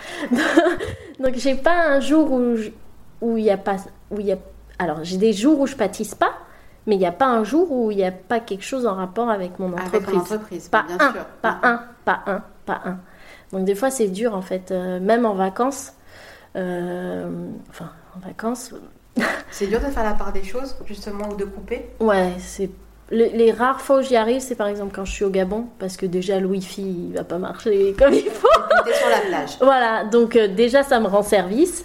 Donc, j'ai pas un jour où il où y a pas... Où y a, alors, j'ai des jours où je pâtisse pas, mais il n'y a pas un jour où il n'y a pas quelque chose en rapport avec mon entreprise. Avec ton entreprise, pas bien un, sûr. Pas un, pas un, pas un. Donc, des fois, c'est dur, en fait. Euh, même en vacances, euh, enfin, en vacances... C'est dur de faire la part des choses, justement, ou de couper. Ouais, c'est... Les, les rares fois où j'y arrive, c'est par exemple quand je suis au Gabon, parce que déjà le Wi-Fi, il va pas marcher comme il faut. T'es sur la plage. Voilà, donc euh, déjà ça me rend service.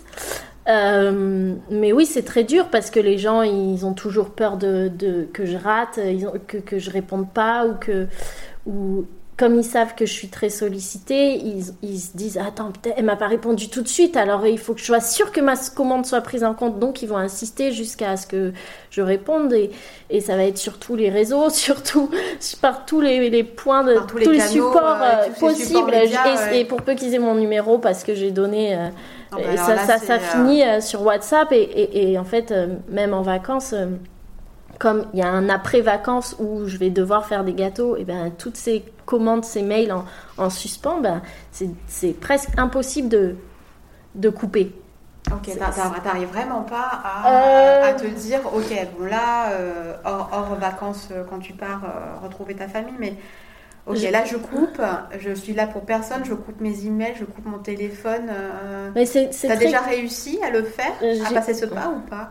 Euh, mais oui, c'est très dur parce que les gens, ils ont toujours peur de, de que je rate, ils ont, que, que je réponde pas, ou que... Ou, comme ils savent que je suis très sollicitée, ils, ils se disent « Attends, peut-être, elle m'a pas répondu tout de suite, alors il faut que je sois sûre que ma commande soit prise en compte. » Donc, ils vont insister jusqu'à ce que je réponde. Et, et ça va être sur tous les réseaux, surtout par tous les, les points, de tous, tous les, les canaux, supports euh, possibles. Supports médias, et, ouais. et pour peu qu'ils aient mon numéro, parce que j'ai donné... Euh, oh, et ça, là, ça, ça finit euh... sur WhatsApp. Et, et, et en fait, euh, même en vacances... Euh, comme il y a un après-vacances où je vais devoir faire des gâteaux, et ben toutes ces commandes, ces mails en, en suspens, ben, c'est, c'est presque impossible de, de couper. Ok, t'arrives vraiment pas à, euh... à te dire, ok, bon là, euh, hors, hors vacances, quand tu pars euh, retrouver ta famille, mais ok, je... là je coupe, je suis là pour personne, je coupe mes emails, je coupe mon téléphone. Euh... Mais c'est, c'est T'as très... déjà réussi à le faire, J'ai... à passer ce pas ou pas?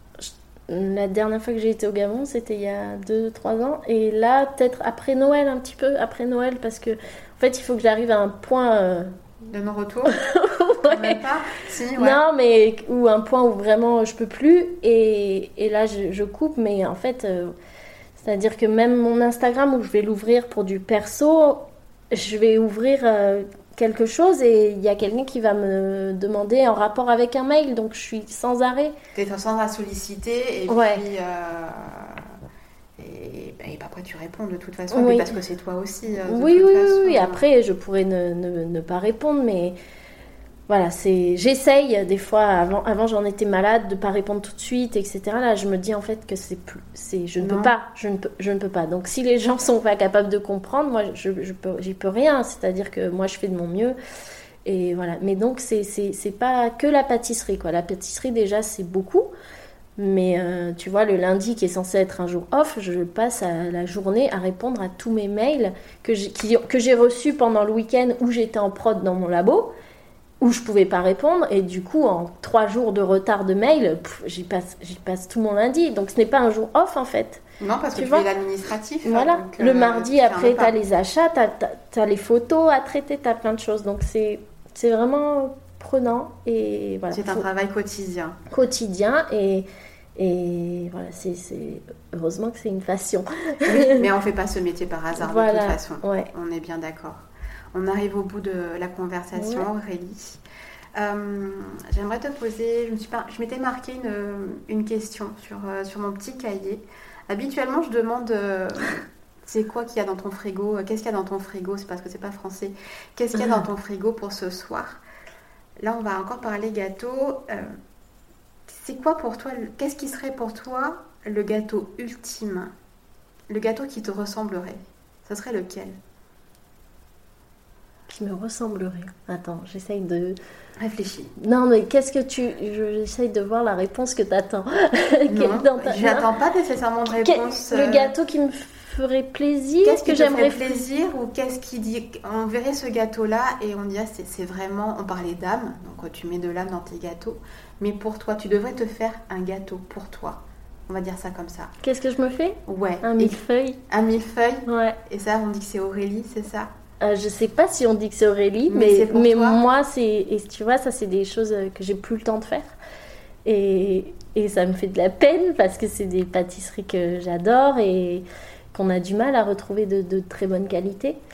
La dernière fois que j'ai été au Gabon, c'était il y a deux trois ans. Et là, peut-être après Noël, un petit peu après Noël, parce que en fait, il faut que j'arrive à un point... Euh... De non-retour. Ouais. Même pas si, ouais. Non, mais ou un point où vraiment je peux plus. Et, et là, je, je coupe. Mais en fait, euh, c'est-à-dire que même mon Instagram, où je vais l'ouvrir pour du perso, je vais ouvrir... Euh, quelque chose et il y a quelqu'un qui va me demander en rapport avec un mail, donc je suis sans arrêt. Tu es sans arrêt solliciter et ouais. puis euh, et, et après tu réponds de toute façon, oui. parce que c'est toi aussi. De oui, toute oui, façon. oui, après je pourrais ne, ne, ne pas répondre, mais voilà, c'est... j'essaye des fois, avant, avant j'en étais malade, de ne pas répondre tout de suite, et cetera. Là, je me dis en fait que c'est plus... c'est... je ne non. peux pas, je ne peux, je ne peux pas. Donc, si les gens ne sont pas capables de comprendre, moi, je, je peux, j'y peux rien. C'est-à-dire que moi, je fais de mon mieux. Et voilà. Mais donc, c'est, c'est, c'est pas que la pâtisserie, quoi. La pâtisserie, déjà, c'est beaucoup. Mais euh, tu vois, le lundi, qui est censé être un jour off, je passe à la journée à répondre à tous mes mails que j'ai, qui, que j'ai reçus pendant le week-end où j'étais en prod dans mon labo, où je pouvais pas répondre, et du coup en trois jours de retard de mail, pff, j'y passe j'y passe tout mon lundi, donc ce n'est pas un jour off en fait. Non, parce tu que tu fais l'administratif. Voilà, donc, le euh, mardi après t'as les achats, t'as, t'as, t'as les photos à traiter, t'as plein de choses, donc c'est, c'est vraiment prenant. Et voilà, c'est un faut... travail quotidien. Quotidien, et, et voilà, c'est, c'est... heureusement que c'est une passion. Oui, mais on fait pas ce métier par hasard, voilà, de toute façon, ouais. On est bien d'accord. On arrive au bout de la conversation, ouais. Aurélie. Euh, j'aimerais te poser, je, me suis pas, je m'étais marqué une, une question sur, euh, sur mon petit cahier. Habituellement, je demande, euh, c'est quoi qu'il y a dans ton frigo? Qu'est-ce qu'il y a dans ton frigo? C'est parce que c'est pas français. Qu'est-ce qu'il y a dans ton frigo pour ce soir? Là, on va encore parler gâteau. Euh, c'est quoi pour toi, qu'est-ce qui serait pour toi le gâteau ultime? Le gâteau qui te ressemblerait? Ce serait lequel? Qui me ressemblerait. Attends, j'essaye de... Réfléchis. Non, mais qu'est-ce que tu... J'essaye de voir la réponse que tu attends. Non, ta... je n'attends pas nécessairement de réponse. Le gâteau qui me ferait plaisir, qu'est-ce qui que te j'aimerais... ferait plaisir, ou qu'est-ce qui dit... On verrait ce gâteau-là et on dirait, c'est, c'est vraiment... On parlait d'âme, donc tu mets de l'âme dans tes gâteaux. Mais pour toi, tu devrais te faire un gâteau pour toi. On va dire ça comme ça. Qu'est-ce que je me fais? Ouais. Un millefeuille. Un millefeuille. Ouais. Et ça, on dit que c'est Aurélie, c'est ça? Euh, je sais pas si on dit que c'est Aurélie, mais, mais, c'est mais moi, c'est, et tu vois, ça, c'est des choses que j'ai plus le temps de faire. Et, et ça me fait de la peine parce que c'est des pâtisseries que j'adore et qu'on a du mal à retrouver de, de très bonne qualité.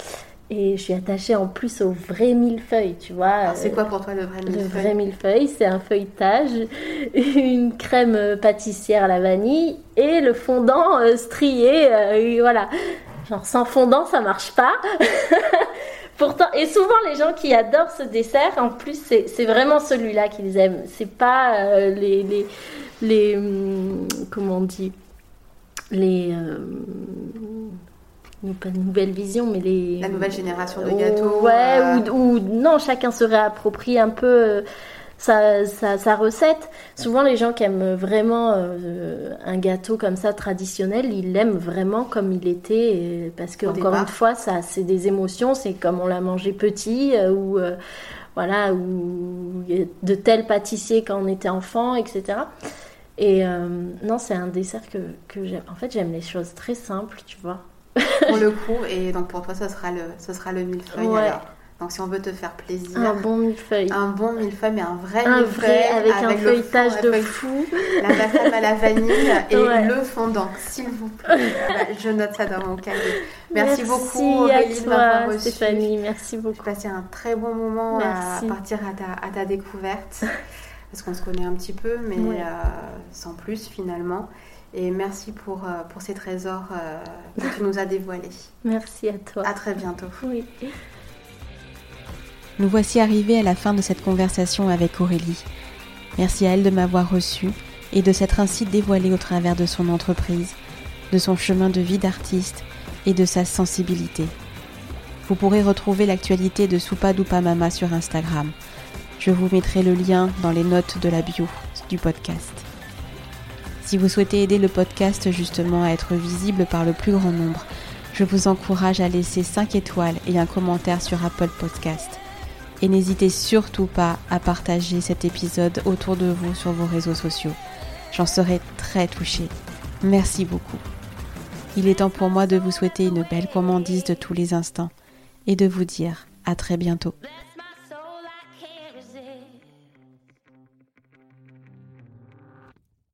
Et je suis attachée en plus au vrai millefeuille, tu vois. Alors, c'est quoi pour toi le vrai millefeuille ? Le vrai millefeuille, c'est un feuilletage, une crème pâtissière à la vanille et le fondant euh, strié, euh, voilà. Genre sans fondant, ça marche pas. Pourtant, et souvent les gens qui adorent ce dessert, en plus, c'est, c'est vraiment celui-là qu'ils aiment. C'est pas euh, les, les, les, hum, comment on dit, les... Euh, pas de nouvelle vision, mais les... La nouvelle génération de gâteaux. Ouais, euh... ou, ou non, chacun se réapproprie un peu euh, sa, sa, sa recette. Souvent, les gens qui aiment vraiment euh, un gâteau comme ça, traditionnel, ils l'aiment vraiment comme il était, et, parce que, Au encore départ. une fois, ça, c'est des émotions, c'est comme on l'a mangé petit, euh, ou... Euh, voilà, ou de tel pâtissier quand on était enfant, et cetera. Et euh, non, c'est un dessert que, que j'aime. En fait, j'aime les choses très simples, tu vois. Pour le coup, et donc pour toi, ce sera le, ce sera le millefeuille. Ouais. Alors. Donc si on veut te faire plaisir, un bon millefeuille, un bon millefeuille, mais un vrai un millefeuille vrai avec, avec un feuilletage de avec fou, la crème à la vanille et ouais. le fondant, s'il vous plaît. Voilà, je note ça dans mon cahier. Merci, merci beaucoup Aurélie de m'avoir reçue. Stéphanie, merci beaucoup. J'ai passé un très bon moment merci. à partir à ta, à ta découverte, parce qu'on se connaît un petit peu, mais ouais. euh, sans plus finalement. Et merci pour, euh, pour ces trésors euh, que tu nous as dévoilés. Merci à toi. À très bientôt. Oui. Nous voici arrivés à la fin de cette conversation avec Aurélie. Merci à elle de m'avoir reçue et de s'être ainsi dévoilée au travers de son entreprise, de son chemin de vie d'artiste et de sa sensibilité. Vous pourrez retrouver l'actualité de Soupa Dupa Mama sur Instagram. Je vous mettrai le lien dans les notes de la bio du podcast. Si vous souhaitez aider le podcast justement à être visible par le plus grand nombre, je vous encourage à laisser cinq étoiles et un commentaire sur Apple Podcast. Et n'hésitez surtout pas à partager cet épisode autour de vous sur vos réseaux sociaux. J'en serai très touchée. Merci beaucoup. Il est temps pour moi de vous souhaiter une belle gourmandise de tous les instants et de vous dire à très bientôt.